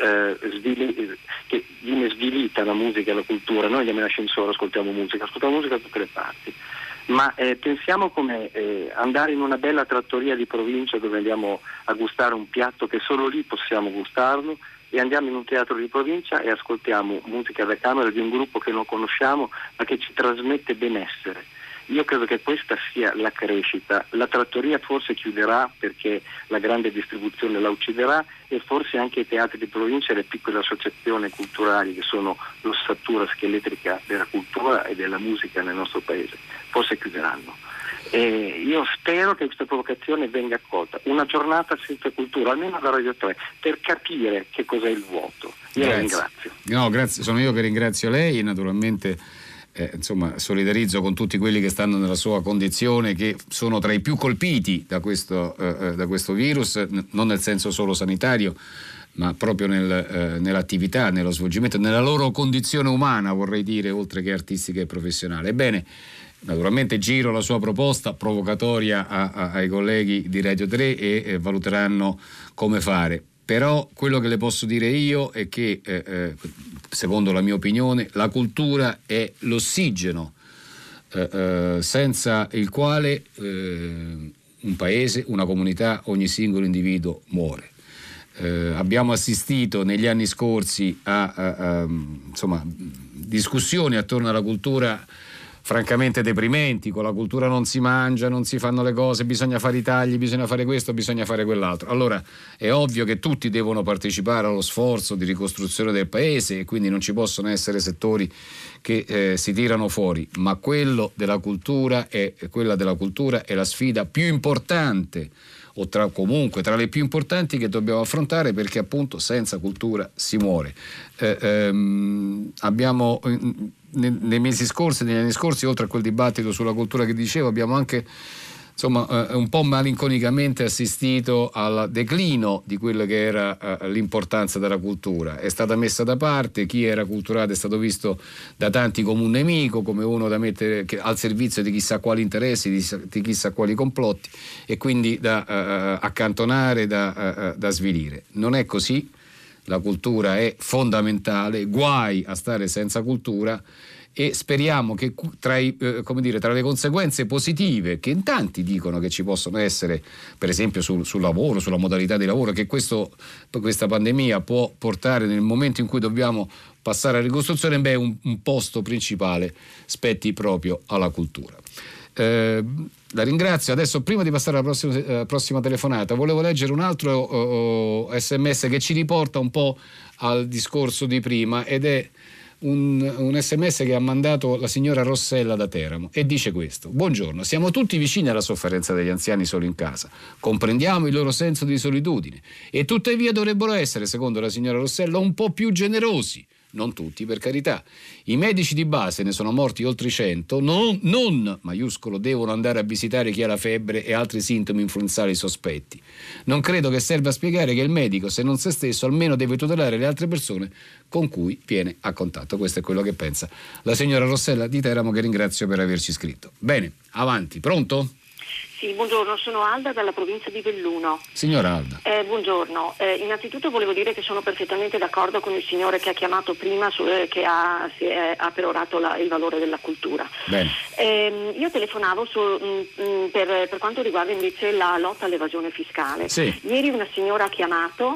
che viene svilita la musica e la cultura. Noi andiamo in ascensore, ascoltiamo musica da tutte le parti, ma pensiamo come andare in una bella trattoria di provincia dove andiamo a gustare un piatto che solo lì possiamo gustarlo, e andiamo in un teatro di provincia e ascoltiamo musica da camera di un gruppo che non conosciamo ma che ci trasmette benessere. Io credo che questa sia la crescita. La trattoria forse chiuderà perché la grande distribuzione la ucciderà, e forse anche i teatri di provincia e le piccole associazioni culturali che sono l'ossatura scheletrica della cultura e della musica nel nostro paese forse chiuderanno. Io spero che questa provocazione venga accolta. Una giornata senza cultura, almeno da Radio 3, per capire che cos'è il vuoto. Io la ringrazio. No, grazie, sono io che ringrazio lei, e naturalmente solidarizzo con tutti quelli che stanno nella sua condizione, che sono tra i più colpiti da questo virus, non nel senso solo sanitario, ma proprio nell'attività, nello svolgimento, nella loro condizione umana, vorrei dire, oltre che artistica e professionale. Ebbene, naturalmente giro la sua proposta provocatoria ai colleghi di Radio 3 e valuteranno come fare. Però quello che le posso dire io è che, secondo la mia opinione, la cultura è l'ossigeno senza il quale un paese, una comunità, ogni singolo individuo muore. Abbiamo assistito negli anni scorsi a discussioni attorno alla cultura francamente deprimenti. Con la cultura non si mangia, non si fanno le cose, bisogna fare i tagli, bisogna fare questo, bisogna fare quell'altro. Allora è ovvio che tutti devono partecipare allo sforzo di ricostruzione del paese e quindi non ci possono essere settori che si tirano fuori, ma quella della cultura è la sfida più importante, o comunque tra le più importanti che dobbiamo affrontare, perché appunto senza cultura si muore. Abbiamo negli anni scorsi, oltre a quel dibattito sulla cultura che dicevo, abbiamo anche un po' malinconicamente assistito al declino di quello che era l'importanza della cultura. È stata messa da parte, chi era culturato è stato visto da tanti come un nemico, come uno da mettere al servizio di chissà quali interessi, di chissà quali complotti, e quindi da accantonare, da svilire. Non è così. La cultura è fondamentale, guai a stare senza cultura, e speriamo che tra le conseguenze positive che in tanti dicono che ci possono essere, per esempio sul lavoro, sulla modalità di lavoro, che questa pandemia può portare nel momento in cui dobbiamo passare alla ricostruzione, un posto principale spetti proprio alla cultura. La ringrazio. Adesso, prima di passare alla prossima telefonata, volevo leggere un altro SMS che ci riporta un po' al discorso di prima, ed è un SMS che ha mandato la signora Rossella da Teramo, e dice questo: buongiorno, siamo tutti vicini alla sofferenza degli anziani soli in casa, comprendiamo il loro senso di solitudine, e tuttavia dovrebbero essere, secondo la signora Rossella, un po' più generosi. Non tutti, per carità. I medici di base ne sono morti oltre 100, non maiuscolo devono andare a visitare chi ha la febbre e altri sintomi influenzali sospetti. Non credo che serva a spiegare che il medico, se non se stesso, almeno deve tutelare le altre persone con cui viene a contatto. Questo è quello che pensa la signora Rossella di Teramo, che ringrazio per averci scritto. Bene, avanti. Pronto? Sì, buongiorno, sono Alda dalla provincia di Belluno. Signora Alda. Buongiorno, innanzitutto volevo dire che sono perfettamente d'accordo con il signore che ha chiamato prima, che ha perorato il valore della cultura. Bene. Io telefonavo per quanto riguarda invece la lotta all'evasione fiscale. Sì. Ieri una signora ha chiamato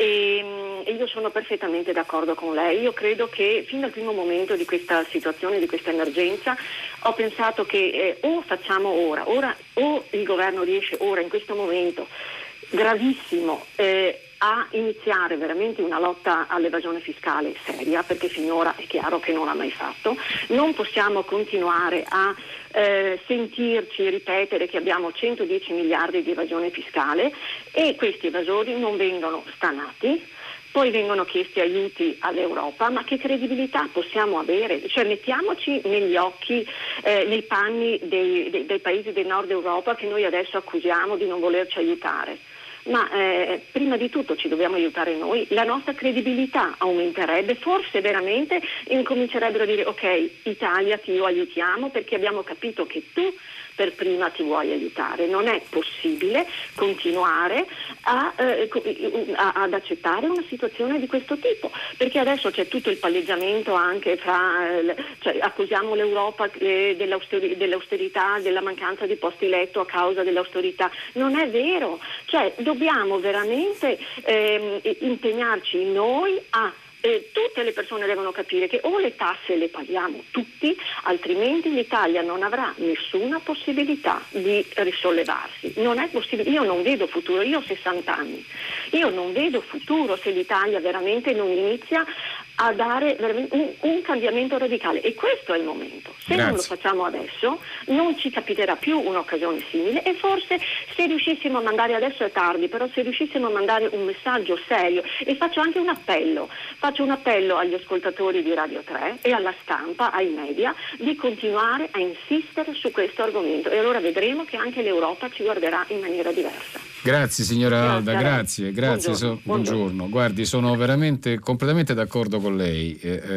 e io sono perfettamente d'accordo con lei. Io credo che fin dal primo momento di questa situazione, di questa emergenza, ho pensato che o facciamo ora o il governo riesce ora, in questo momento gravissimo, a iniziare veramente una lotta all'evasione fiscale seria, perché finora è chiaro che non l'ha mai fatto. Non possiamo continuare a sentirci ripetere che abbiamo 110 miliardi di evasione fiscale e questi evasori non vengono stanati. Poi vengono chiesti aiuti all'Europa, ma che credibilità possiamo avere? Cioè, mettiamoci negli occhi, nei panni dei paesi del nord Europa che noi adesso accusiamo di non volerci aiutare. Ma prima di tutto ci dobbiamo aiutare noi, la nostra credibilità aumenterebbe, forse veramente incomincerebbero a dire: ok, Italia, ti aiutiamo perché abbiamo capito che tu per prima ti vuoi aiutare. Non è possibile continuare ad accettare una situazione di questo tipo, perché adesso c'è tutto il palleggiamento anche cioè accusiamo l'Europa dell'austerità, della mancanza di posti letto a causa dell'austerità. Non è vero, cioè dobbiamo veramente impegnarci noi tutte le persone devono capire che o le tasse le paghiamo tutti, altrimenti l'Italia non avrà nessuna possibilità di risollevarsi. Non è possibile, io non vedo futuro, io ho 60 anni, io non vedo futuro se l'Italia veramente non inizia a dare un cambiamento radicale, e questo è il momento. Se non lo facciamo adesso non ci capiterà più un'occasione simile, e forse se riuscissimo a mandare, adesso è tardi, però se riuscissimo a mandare un messaggio serio, e faccio anche un appello agli ascoltatori di Radio 3 e alla stampa, ai media, di continuare a insistere su questo argomento, e allora vedremo che anche l'Europa ci guarderà in maniera diversa. Grazie signora Alda, grazie. Buongiorno. Guardi, sono veramente completamente d'accordo con lei,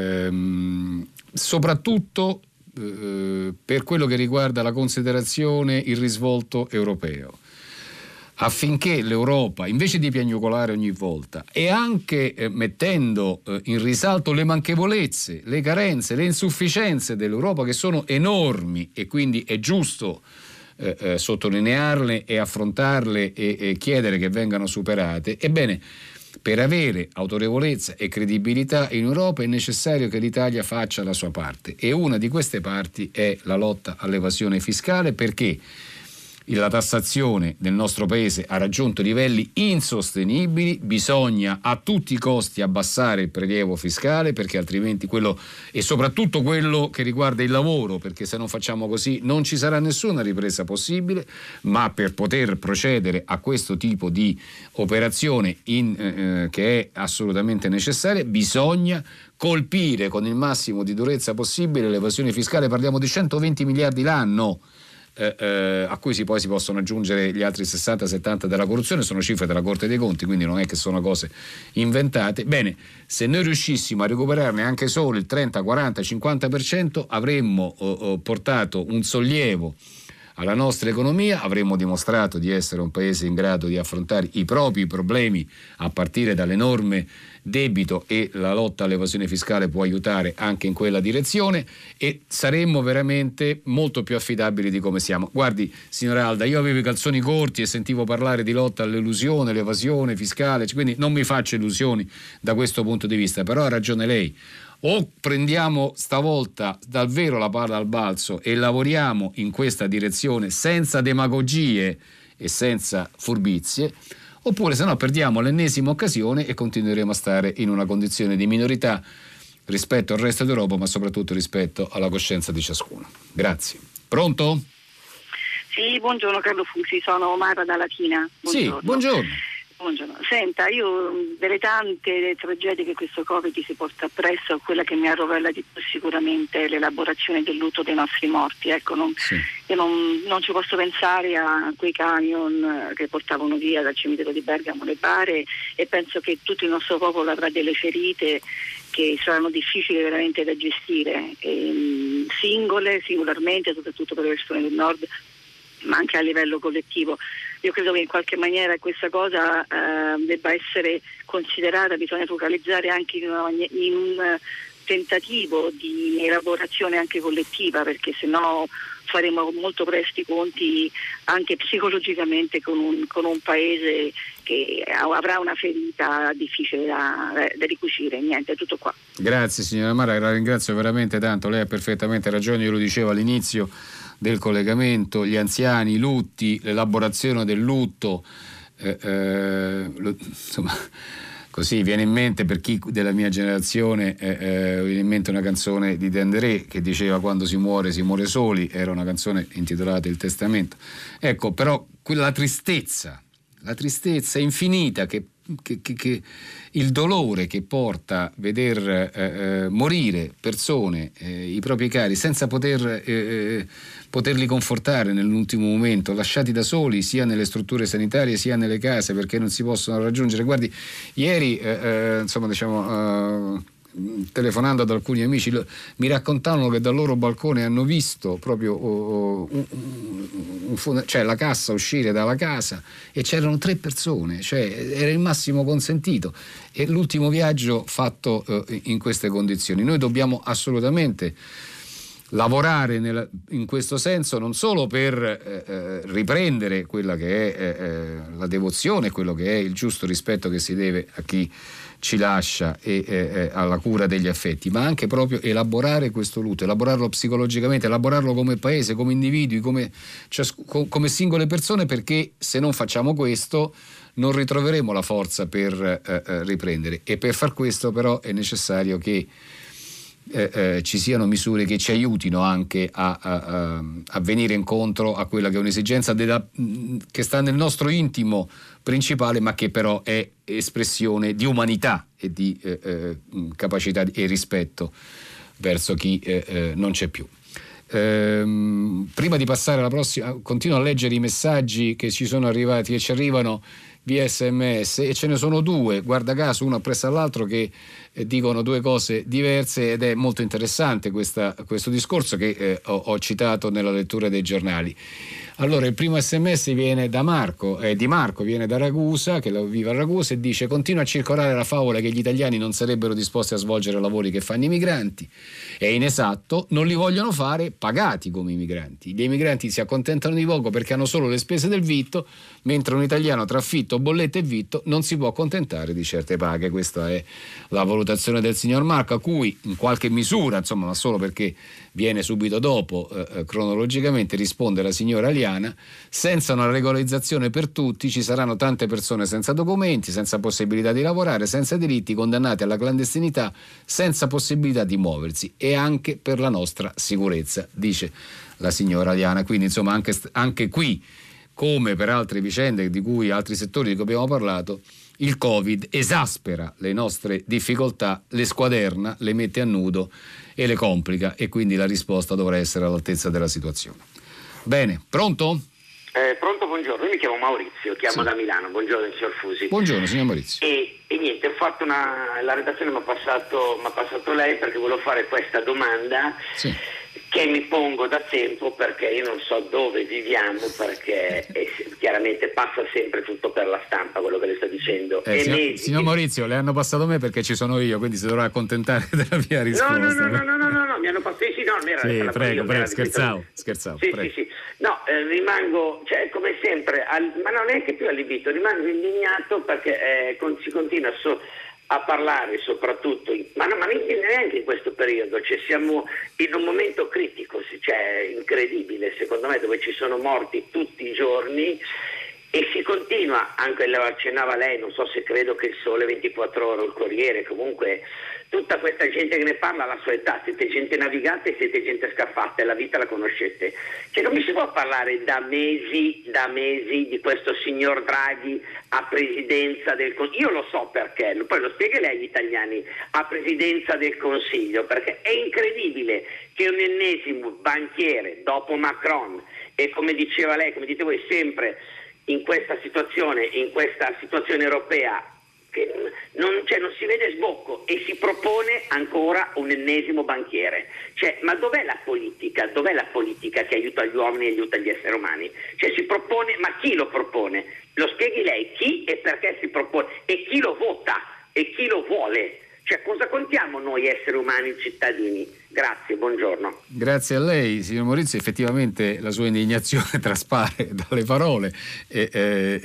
soprattutto per quello che riguarda la considerazione, il risvolto europeo, affinché l'Europa, invece di piagnucolare ogni volta, e anche mettendo in risalto le manchevolezze, le carenze, le insufficienze dell'Europa, che sono enormi, e quindi è giusto sottolinearle e affrontarle e chiedere che vengano superate. Ebbene, per avere autorevolezza e credibilità in Europa è necessario che l'Italia faccia la sua parte, e una di queste parti è la lotta all'evasione fiscale, perché la tassazione nel nostro paese ha raggiunto livelli insostenibili. Bisogna a tutti i costi abbassare il prelievo fiscale, perché altrimenti quello, e soprattutto quello che riguarda il lavoro, perché se non facciamo così non ci sarà nessuna ripresa possibile. Ma per poter procedere a questo tipo di operazione che è assolutamente necessaria, bisogna colpire con il massimo di durezza possibile l'evasione fiscale. Parliamo di 120 miliardi l'anno, a cui poi si possono aggiungere gli altri 60-70 della corruzione. Sono cifre della Corte dei Conti, quindi non è che sono cose inventate. Bene, se noi riuscissimo a recuperarne anche solo il 30, 40, 50%, avremmo portato un sollievo alla nostra economia, avremmo dimostrato di essere un paese in grado di affrontare i propri problemi, a partire dall'enorme debito, e la lotta all'evasione fiscale può aiutare anche in quella direzione, e saremmo veramente molto più affidabili di come siamo. Guardi, signora Alda, io avevo i calzoni corti e sentivo parlare di lotta all'elusione, l'evasione fiscale, quindi non mi faccio illusioni da questo punto di vista, però ha ragione lei. O prendiamo stavolta davvero la palla al balzo e lavoriamo in questa direzione senza demagogie e senza furbizie, oppure se no perdiamo l'ennesima occasione e continueremo a stare in una condizione di minorità rispetto al resto d'Europa, ma soprattutto rispetto alla coscienza di ciascuno. Grazie. Pronto? Sì, buongiorno Carlo Fusi, sono Mara da Latina. Buongiorno. Sì, buongiorno. Buongiorno. Senta, io delle tante tragedie che questo Covid si porta appresso, quella che mi arrovella di più sicuramente è l'elaborazione del lutto dei nostri morti. Ecco, io non ci posso pensare a quei camion che portavano via dal cimitero di Bergamo le bare, e penso che tutto il nostro popolo avrà delle ferite che saranno difficili veramente da gestire, singolarmente, soprattutto per le persone del nord, ma anche a livello collettivo. Io credo che in qualche maniera questa cosa debba essere considerata, bisogna focalizzare anche in un tentativo di elaborazione anche collettiva, perché sennò faremo molto presto i conti anche psicologicamente con un paese che avrà una ferita difficile da ricucire. Niente, è tutto qua. Grazie signora Mara, la ringrazio veramente tanto, lei ha perfettamente ragione, io lo dicevo all'inizio del collegamento, gli anziani, i lutti, l'elaborazione del lutto, insomma, così viene in mente, per chi della mia generazione, viene in mente una canzone di De André che diceva: quando si muore soli, era una canzone intitolata Il Testamento. Ecco, però la tristezza infinita che il dolore che porta a veder morire persone, i propri cari, senza poterli confortare nell'ultimo momento, lasciati da soli sia nelle strutture sanitarie sia nelle case, perché non si possono raggiungere. Guardi, ieri telefonando ad alcuni amici, mi raccontavano che dal loro balcone hanno visto proprio cioè la cassa uscire dalla casa, e c'erano 3 persone, cioè era il massimo consentito, e l'ultimo viaggio fatto in queste condizioni. Noi dobbiamo assolutamente lavorare in questo senso, non solo per riprendere quella che è la devozione, quello che è il giusto rispetto che si deve a chi ci lascia e alla cura degli affetti, ma anche proprio elaborare questo lutto, elaborarlo psicologicamente, elaborarlo come paese, come individui, come singole persone, perché se non facciamo questo non ritroveremo la forza per riprendere. E per far questo però è necessario che ci siano misure che ci aiutino anche a venire incontro a quella che è un'esigenza che sta nel nostro intimo principale, ma che però è espressione di umanità e di capacità e rispetto verso chi non c'è più. Prima di passare alla prossima, continuo a leggere i messaggi che ci sono arrivati, che ci arrivano via SMS, e ce ne sono 2, guarda caso, uno appresso all'altro, che dicono 2 cose diverse, ed è molto interessante questo discorso che ho citato nella lettura dei giornali. Allora il primo sms viene da Marco, di Marco, viene da Ragusa, che vive a Ragusa, e dice: continua a circolare la favola che gli italiani non sarebbero disposti a svolgere lavori che fanno i migranti. È inesatto, non li vogliono fare pagati come i migranti. Gli emigranti si accontentano di poco perché hanno solo le spese del vitto, mentre un italiano tra affitto, bollette e vitto non si può accontentare di certe paghe. Questa è la valutazione del signor Marco, a cui in qualche misura, insomma, ma solo perché viene subito dopo cronologicamente, risponde la signora Aliana: senza una regolarizzazione per tutti ci saranno tante persone senza documenti, senza possibilità di lavorare, senza diritti, condannati alla clandestinità, senza possibilità di muoversi, e anche per la nostra sicurezza, dice la signora Aliana. Quindi insomma anche qui, come per altre vicende di cui altri settori di cui abbiamo parlato, il Covid esaspera le nostre difficoltà, le squaderna, le mette a nudo e le complica, e quindi la risposta dovrà essere all'altezza della situazione. Bene, pronto? Pronto, buongiorno, io mi chiamo Maurizio, chiamo da Milano. Buongiorno signor Fusi. Buongiorno signor Maurizio. E niente, ho fatto la redazione mi ha passato lei perché volevo fare questa domanda. Sì. Che mi pongo da tempo, perché io non so dove viviamo, perché chiaramente passa sempre tutto per la stampa quello che le sto dicendo. Signor Maurizio, le hanno passato a me perché ci sono io, quindi si dovrà accontentare della mia risposta. No, mi hanno passato sì, prego, scherzavo. Sì. No, rimango, come sempre, ma non è che più allibito, rimango indignato perché si continua a parlare soprattutto, ma neanche in questo periodo, siamo in un momento critico, incredibile secondo me, dove ci sono morti tutti i giorni e si continua, anche lo accennava lei, non so se credo che il Sole 24 Ore o il Corriere, comunque tutta questa gente che ne parla alla sua età, siete gente navigante, siete gente scaffata e la vita la conoscete. Come si può parlare da mesi di questo signor Draghi a presidenza del Consiglio? Io lo so perché, poi lo spieghi lei agli italiani, a presidenza del Consiglio, perché è incredibile che un ennesimo banchiere dopo Macron, e come diceva lei, come dite voi sempre, in questa situazione europea, che non si vede sbocco, e si propone ancora un ennesimo banchiere. Ma dov'è la politica? Dov'è la politica che aiuta gli uomini e aiuta gli esseri umani? Si propone, ma chi lo propone? Lo spieghi lei chi e perché si propone, e chi lo vota e chi lo vuole? Cosa contiamo noi esseri umani cittadini? Grazie, buongiorno. Grazie a lei, signor Maurizio. Effettivamente la sua indignazione traspare dalle parole, e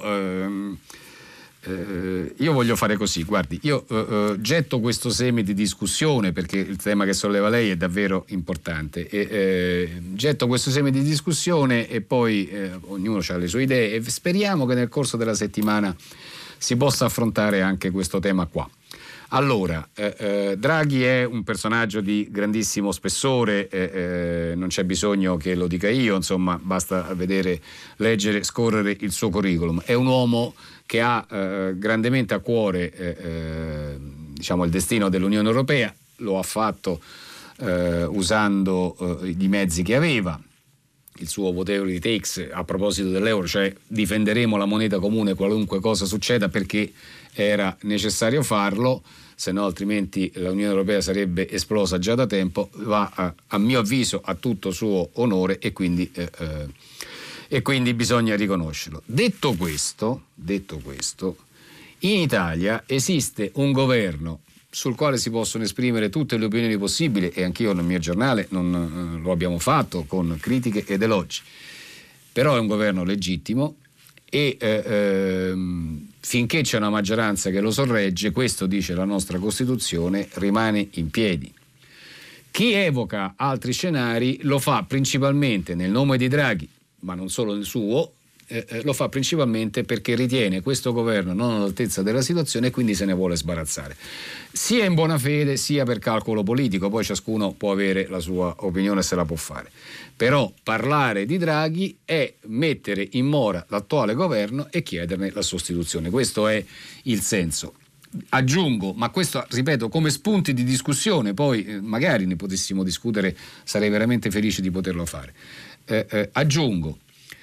io voglio fare così. Guardi, io getto questo seme di discussione perché il tema che solleva lei è davvero importante, getto questo seme di discussione e poi ognuno ha le sue idee, e speriamo che nel corso della settimana si possa affrontare anche questo tema qua. Allora, Draghi è un personaggio di grandissimo spessore, non c'è bisogno che lo dica io, insomma, basta leggere, scorrere il suo curriculum. È un uomo che ha grandemente a cuore il destino dell'Unione Europea, lo ha fatto usando i mezzi che aveva. Il suo whatever it takes a proposito dell'euro, cioè difenderemo la moneta comune qualunque cosa succeda, perché era necessario farlo, se no altrimenti l'Unione Europea sarebbe esplosa già da tempo, va a mio avviso a tutto suo onore, e quindi bisogna riconoscerlo. Detto questo, in Italia esiste un governo sul quale si possono esprimere tutte le opinioni possibili, e anch'io nel mio giornale non lo abbiamo fatto, con critiche ed elogi, però è un governo legittimo, e finché c'è una maggioranza che lo sorregge, questo dice la nostra Costituzione, rimane in piedi. Chi evoca altri scenari lo fa principalmente nel nome di Draghi, ma non solo nel suo, lo fa principalmente perché ritiene questo governo non all'altezza della situazione, e quindi se ne vuole sbarazzare, sia in buona fede sia per calcolo politico. Poi ciascuno può avere la sua opinione, se la può fare, però parlare di Draghi è mettere in mora l'attuale governo e chiederne la sostituzione. Questo è il senso. Aggiungo, ma questo ripeto come spunti di discussione, poi magari ne potessimo discutere, sarei veramente felice di poterlo fare. Aggiungo,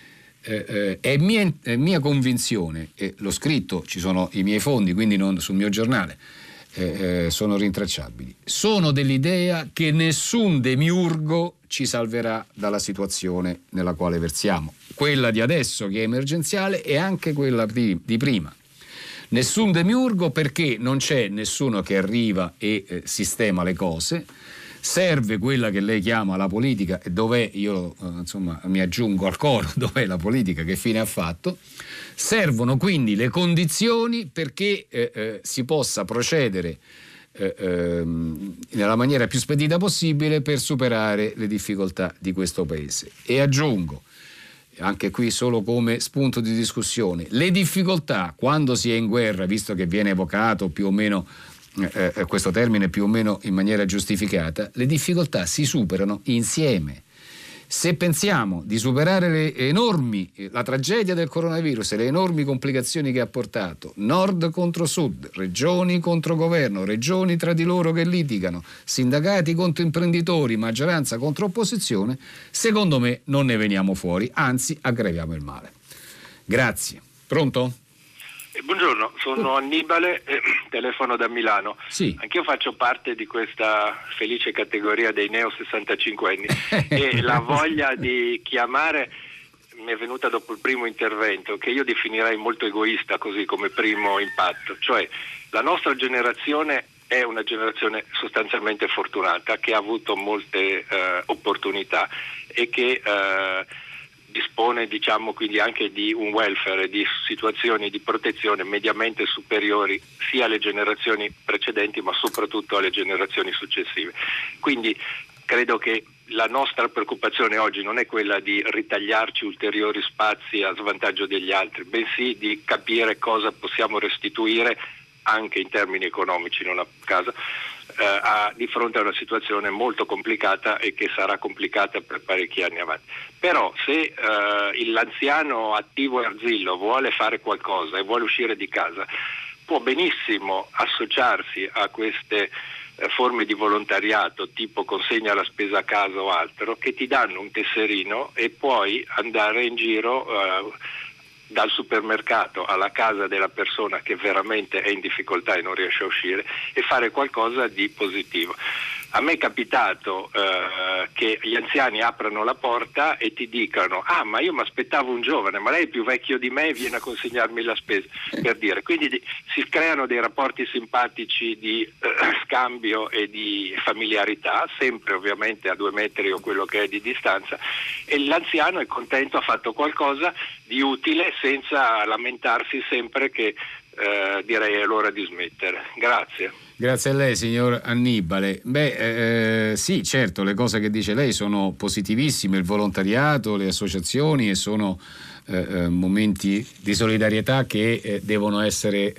è mia convinzione, e l'ho scritto, ci sono i miei fondi, quindi non sul mio giornale, sono rintracciabili. Sono dell'idea che nessun demiurgo ci salverà dalla situazione nella quale versiamo, quella di adesso che è emergenziale e anche quella di prima. Nessun demiurgo, perché non c'è nessuno che arriva e sistema le cose. Serve quella che lei chiama la politica, e dov'è, io mi aggiungo al coro, dov'è la politica, che fine ha fatto? Servono quindi le condizioni perché si possa procedere nella maniera più spedita possibile per superare le difficoltà di questo Paese. E aggiungo, anche qui solo come spunto di discussione, le difficoltà quando si è in guerra, visto che viene evocato più o meno questo termine più o meno in maniera giustificata, le difficoltà si superano insieme. Se pensiamo di superare la tragedia del coronavirus e le enormi complicazioni che ha portato, nord contro sud, regioni contro governo, regioni tra di loro che litigano, sindacati contro imprenditori, maggioranza contro opposizione, secondo me non ne veniamo fuori, anzi aggraviamo il male. Grazie. Pronto? Buongiorno, sono Annibale, telefono da Milano. Sì. Anch'io faccio parte di questa felice categoria dei neo 65 anni e la voglia di chiamare mi è venuta dopo il primo intervento, che io definirei molto egoista così come primo impatto, cioè la nostra generazione è una generazione sostanzialmente fortunata che ha avuto molte opportunità e che dispone quindi anche di un welfare, di situazioni di protezione mediamente superiori sia alle generazioni precedenti ma soprattutto alle generazioni successive. Quindi credo che la nostra preoccupazione oggi non è quella di ritagliarci ulteriori spazi a svantaggio degli altri, bensì di capire cosa possiamo restituire anche in termini economici, non a caso, di fronte a una situazione molto complicata e che sarà complicata per parecchi anni avanti. Però se l'anziano attivo e arzillo vuole fare qualcosa e vuole uscire di casa, può benissimo associarsi a queste forme di volontariato tipo consegna la spesa a casa o altro, che ti danno un tesserino e puoi andare in giro dal supermercato alla casa della persona che veramente è in difficoltà e non riesce a uscire e fare qualcosa di positivo. A me è capitato che gli anziani aprano la porta e ti dicano: ah, ma io mi aspettavo un giovane, ma lei è più vecchio di me e viene a consegnarmi la spesa, per dire. Quindi si creano dei rapporti simpatici di scambio e di familiarità, sempre ovviamente a 2 metri o quello che è di distanza, e l'anziano è contento, ha fatto qualcosa di utile senza lamentarsi sempre che direi è l'ora di smettere. Grazie. Grazie a lei, signor Annibale. Sì, certo, le cose che dice lei sono positivissime, il volontariato, le associazioni, e sono momenti di solidarietà che devono essere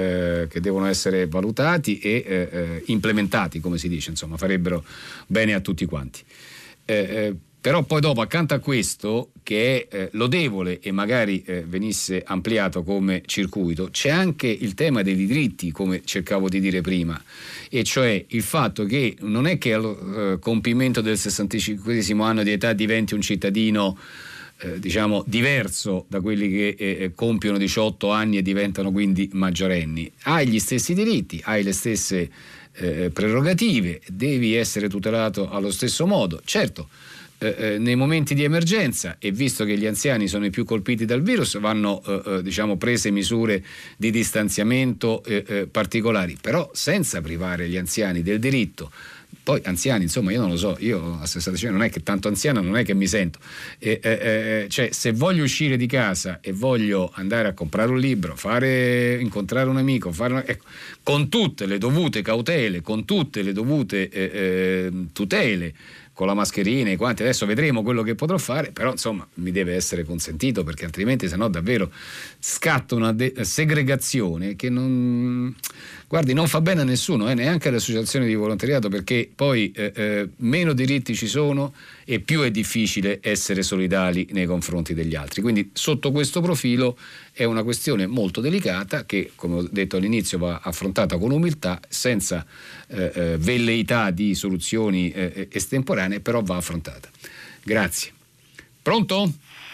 valutati e implementati, come si dice, insomma, farebbero bene a tutti quanti. Però poi dopo, accanto a questo, che è lodevole e magari venisse ampliato come circuito, c'è anche il tema dei diritti, come cercavo di dire prima, e cioè il fatto che non è che al compimento del 65esimo anno di età diventi un cittadino diverso da quelli che compiono 18 anni e diventano quindi maggiorenni. Hai gli stessi diritti, hai le stesse prerogative, devi essere tutelato allo stesso modo. Certo, nei momenti di emergenza, e visto che gli anziani sono i più colpiti dal virus, vanno prese misure di distanziamento particolari, però senza privare gli anziani del diritto. Poi anziani, insomma, io non lo so, io a 65 non è che tanto anziano non è che mi sento, cioè se voglio uscire di casa e voglio andare a comprare un libro, incontrare un amico, con tutte le dovute cautele, con tutte le dovute tutele, con la mascherina e quanti, adesso vedremo quello che potrò fare, però insomma mi deve essere consentito, perché altrimenti sennò davvero scatta una segregazione che non fa bene a nessuno, neanche alle associazioni di volontariato, perché poi meno diritti ci sono e più è difficile essere solidali nei confronti degli altri. Quindi sotto questo profilo è una questione molto delicata che, come ho detto all'inizio, va affrontata con umiltà, senza velleità di soluzioni estemporanee, però va affrontata. Grazie. Pronto?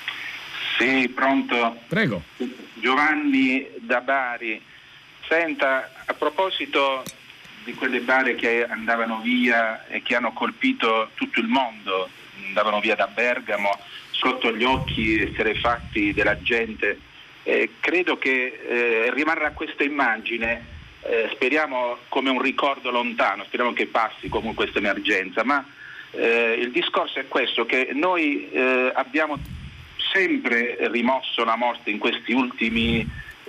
Sì, pronto. Prego. Giovanni da Bari. Senta, a proposito di quelle bare che andavano via e che hanno colpito tutto il mondo, andavano via da Bergamo sotto gli occhi esterrefatti della gente. Credo che rimarrà questa immagine, speriamo come un ricordo lontano, speriamo che passi comunque questa emergenza, ma il discorso è questo, che noi abbiamo sempre rimosso la morte in questi ultimi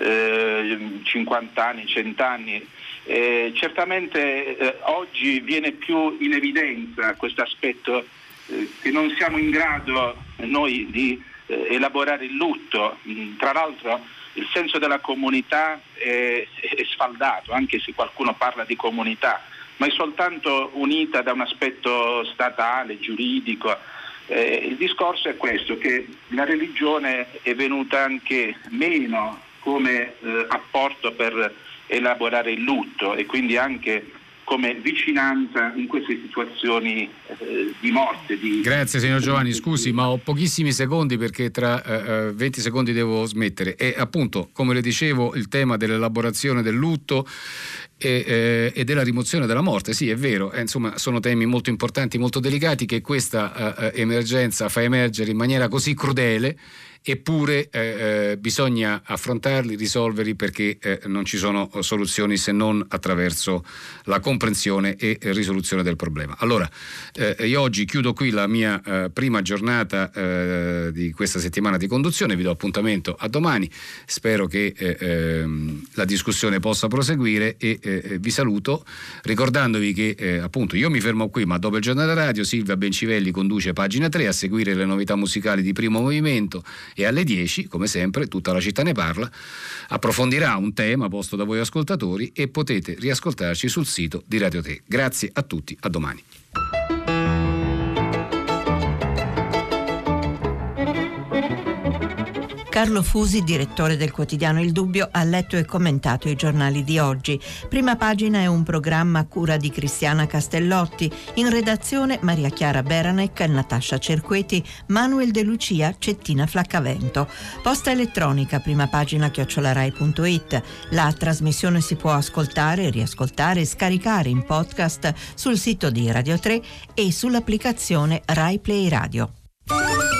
50 anni, 100 anni. Certamente oggi viene più in evidenza questo aspetto, che non siamo in grado noi di elaborare il lutto. Tra l'altro il senso della comunità è sfaldato, anche se qualcuno parla di comunità, ma è soltanto unita da un aspetto statale, giuridico. Il discorso è questo, che la religione è venuta anche meno come apporto per elaborare il lutto e quindi anche come vicinanza in queste situazioni di morte. Grazie signor Giovanni, scusi ma ho pochissimi secondi perché tra 20 secondi devo smettere. E appunto, come le dicevo, il tema dell'elaborazione del lutto e della rimozione della morte, sì è vero, insomma sono temi molto importanti, molto delicati, che questa emergenza fa emergere in maniera così crudele. Eppure bisogna affrontarli, risolverli, perché non ci sono soluzioni se non attraverso la comprensione e risoluzione del problema. Allora, io oggi chiudo qui la mia prima giornata di questa settimana di conduzione, vi do appuntamento a domani, spero che la discussione possa proseguire e vi saluto ricordandovi che appunto io mi fermo qui, ma dopo il giornale radio Silvia Bencivelli conduce Pagina 3 a seguire le novità musicali di Primo Movimento, e alle 10, come sempre, Tutta la città ne parla approfondirà un tema posto da voi ascoltatori e potete riascoltarci sul sito di Radio 3. Grazie a tutti, a domani. Carlo Fusi, direttore del quotidiano Il Dubbio, ha letto e commentato i giornali di oggi. Prima Pagina è un programma a cura di Cristiana Castellotti, in redazione Maria Chiara Beranec, Natascia Cerqueti, Manuel De Lucia, Cettina Flaccavento. Posta elettronica primapagina@rai.it. La trasmissione si può ascoltare, riascoltare e scaricare in podcast sul sito di Radio 3 e sull'applicazione Rai Play Radio.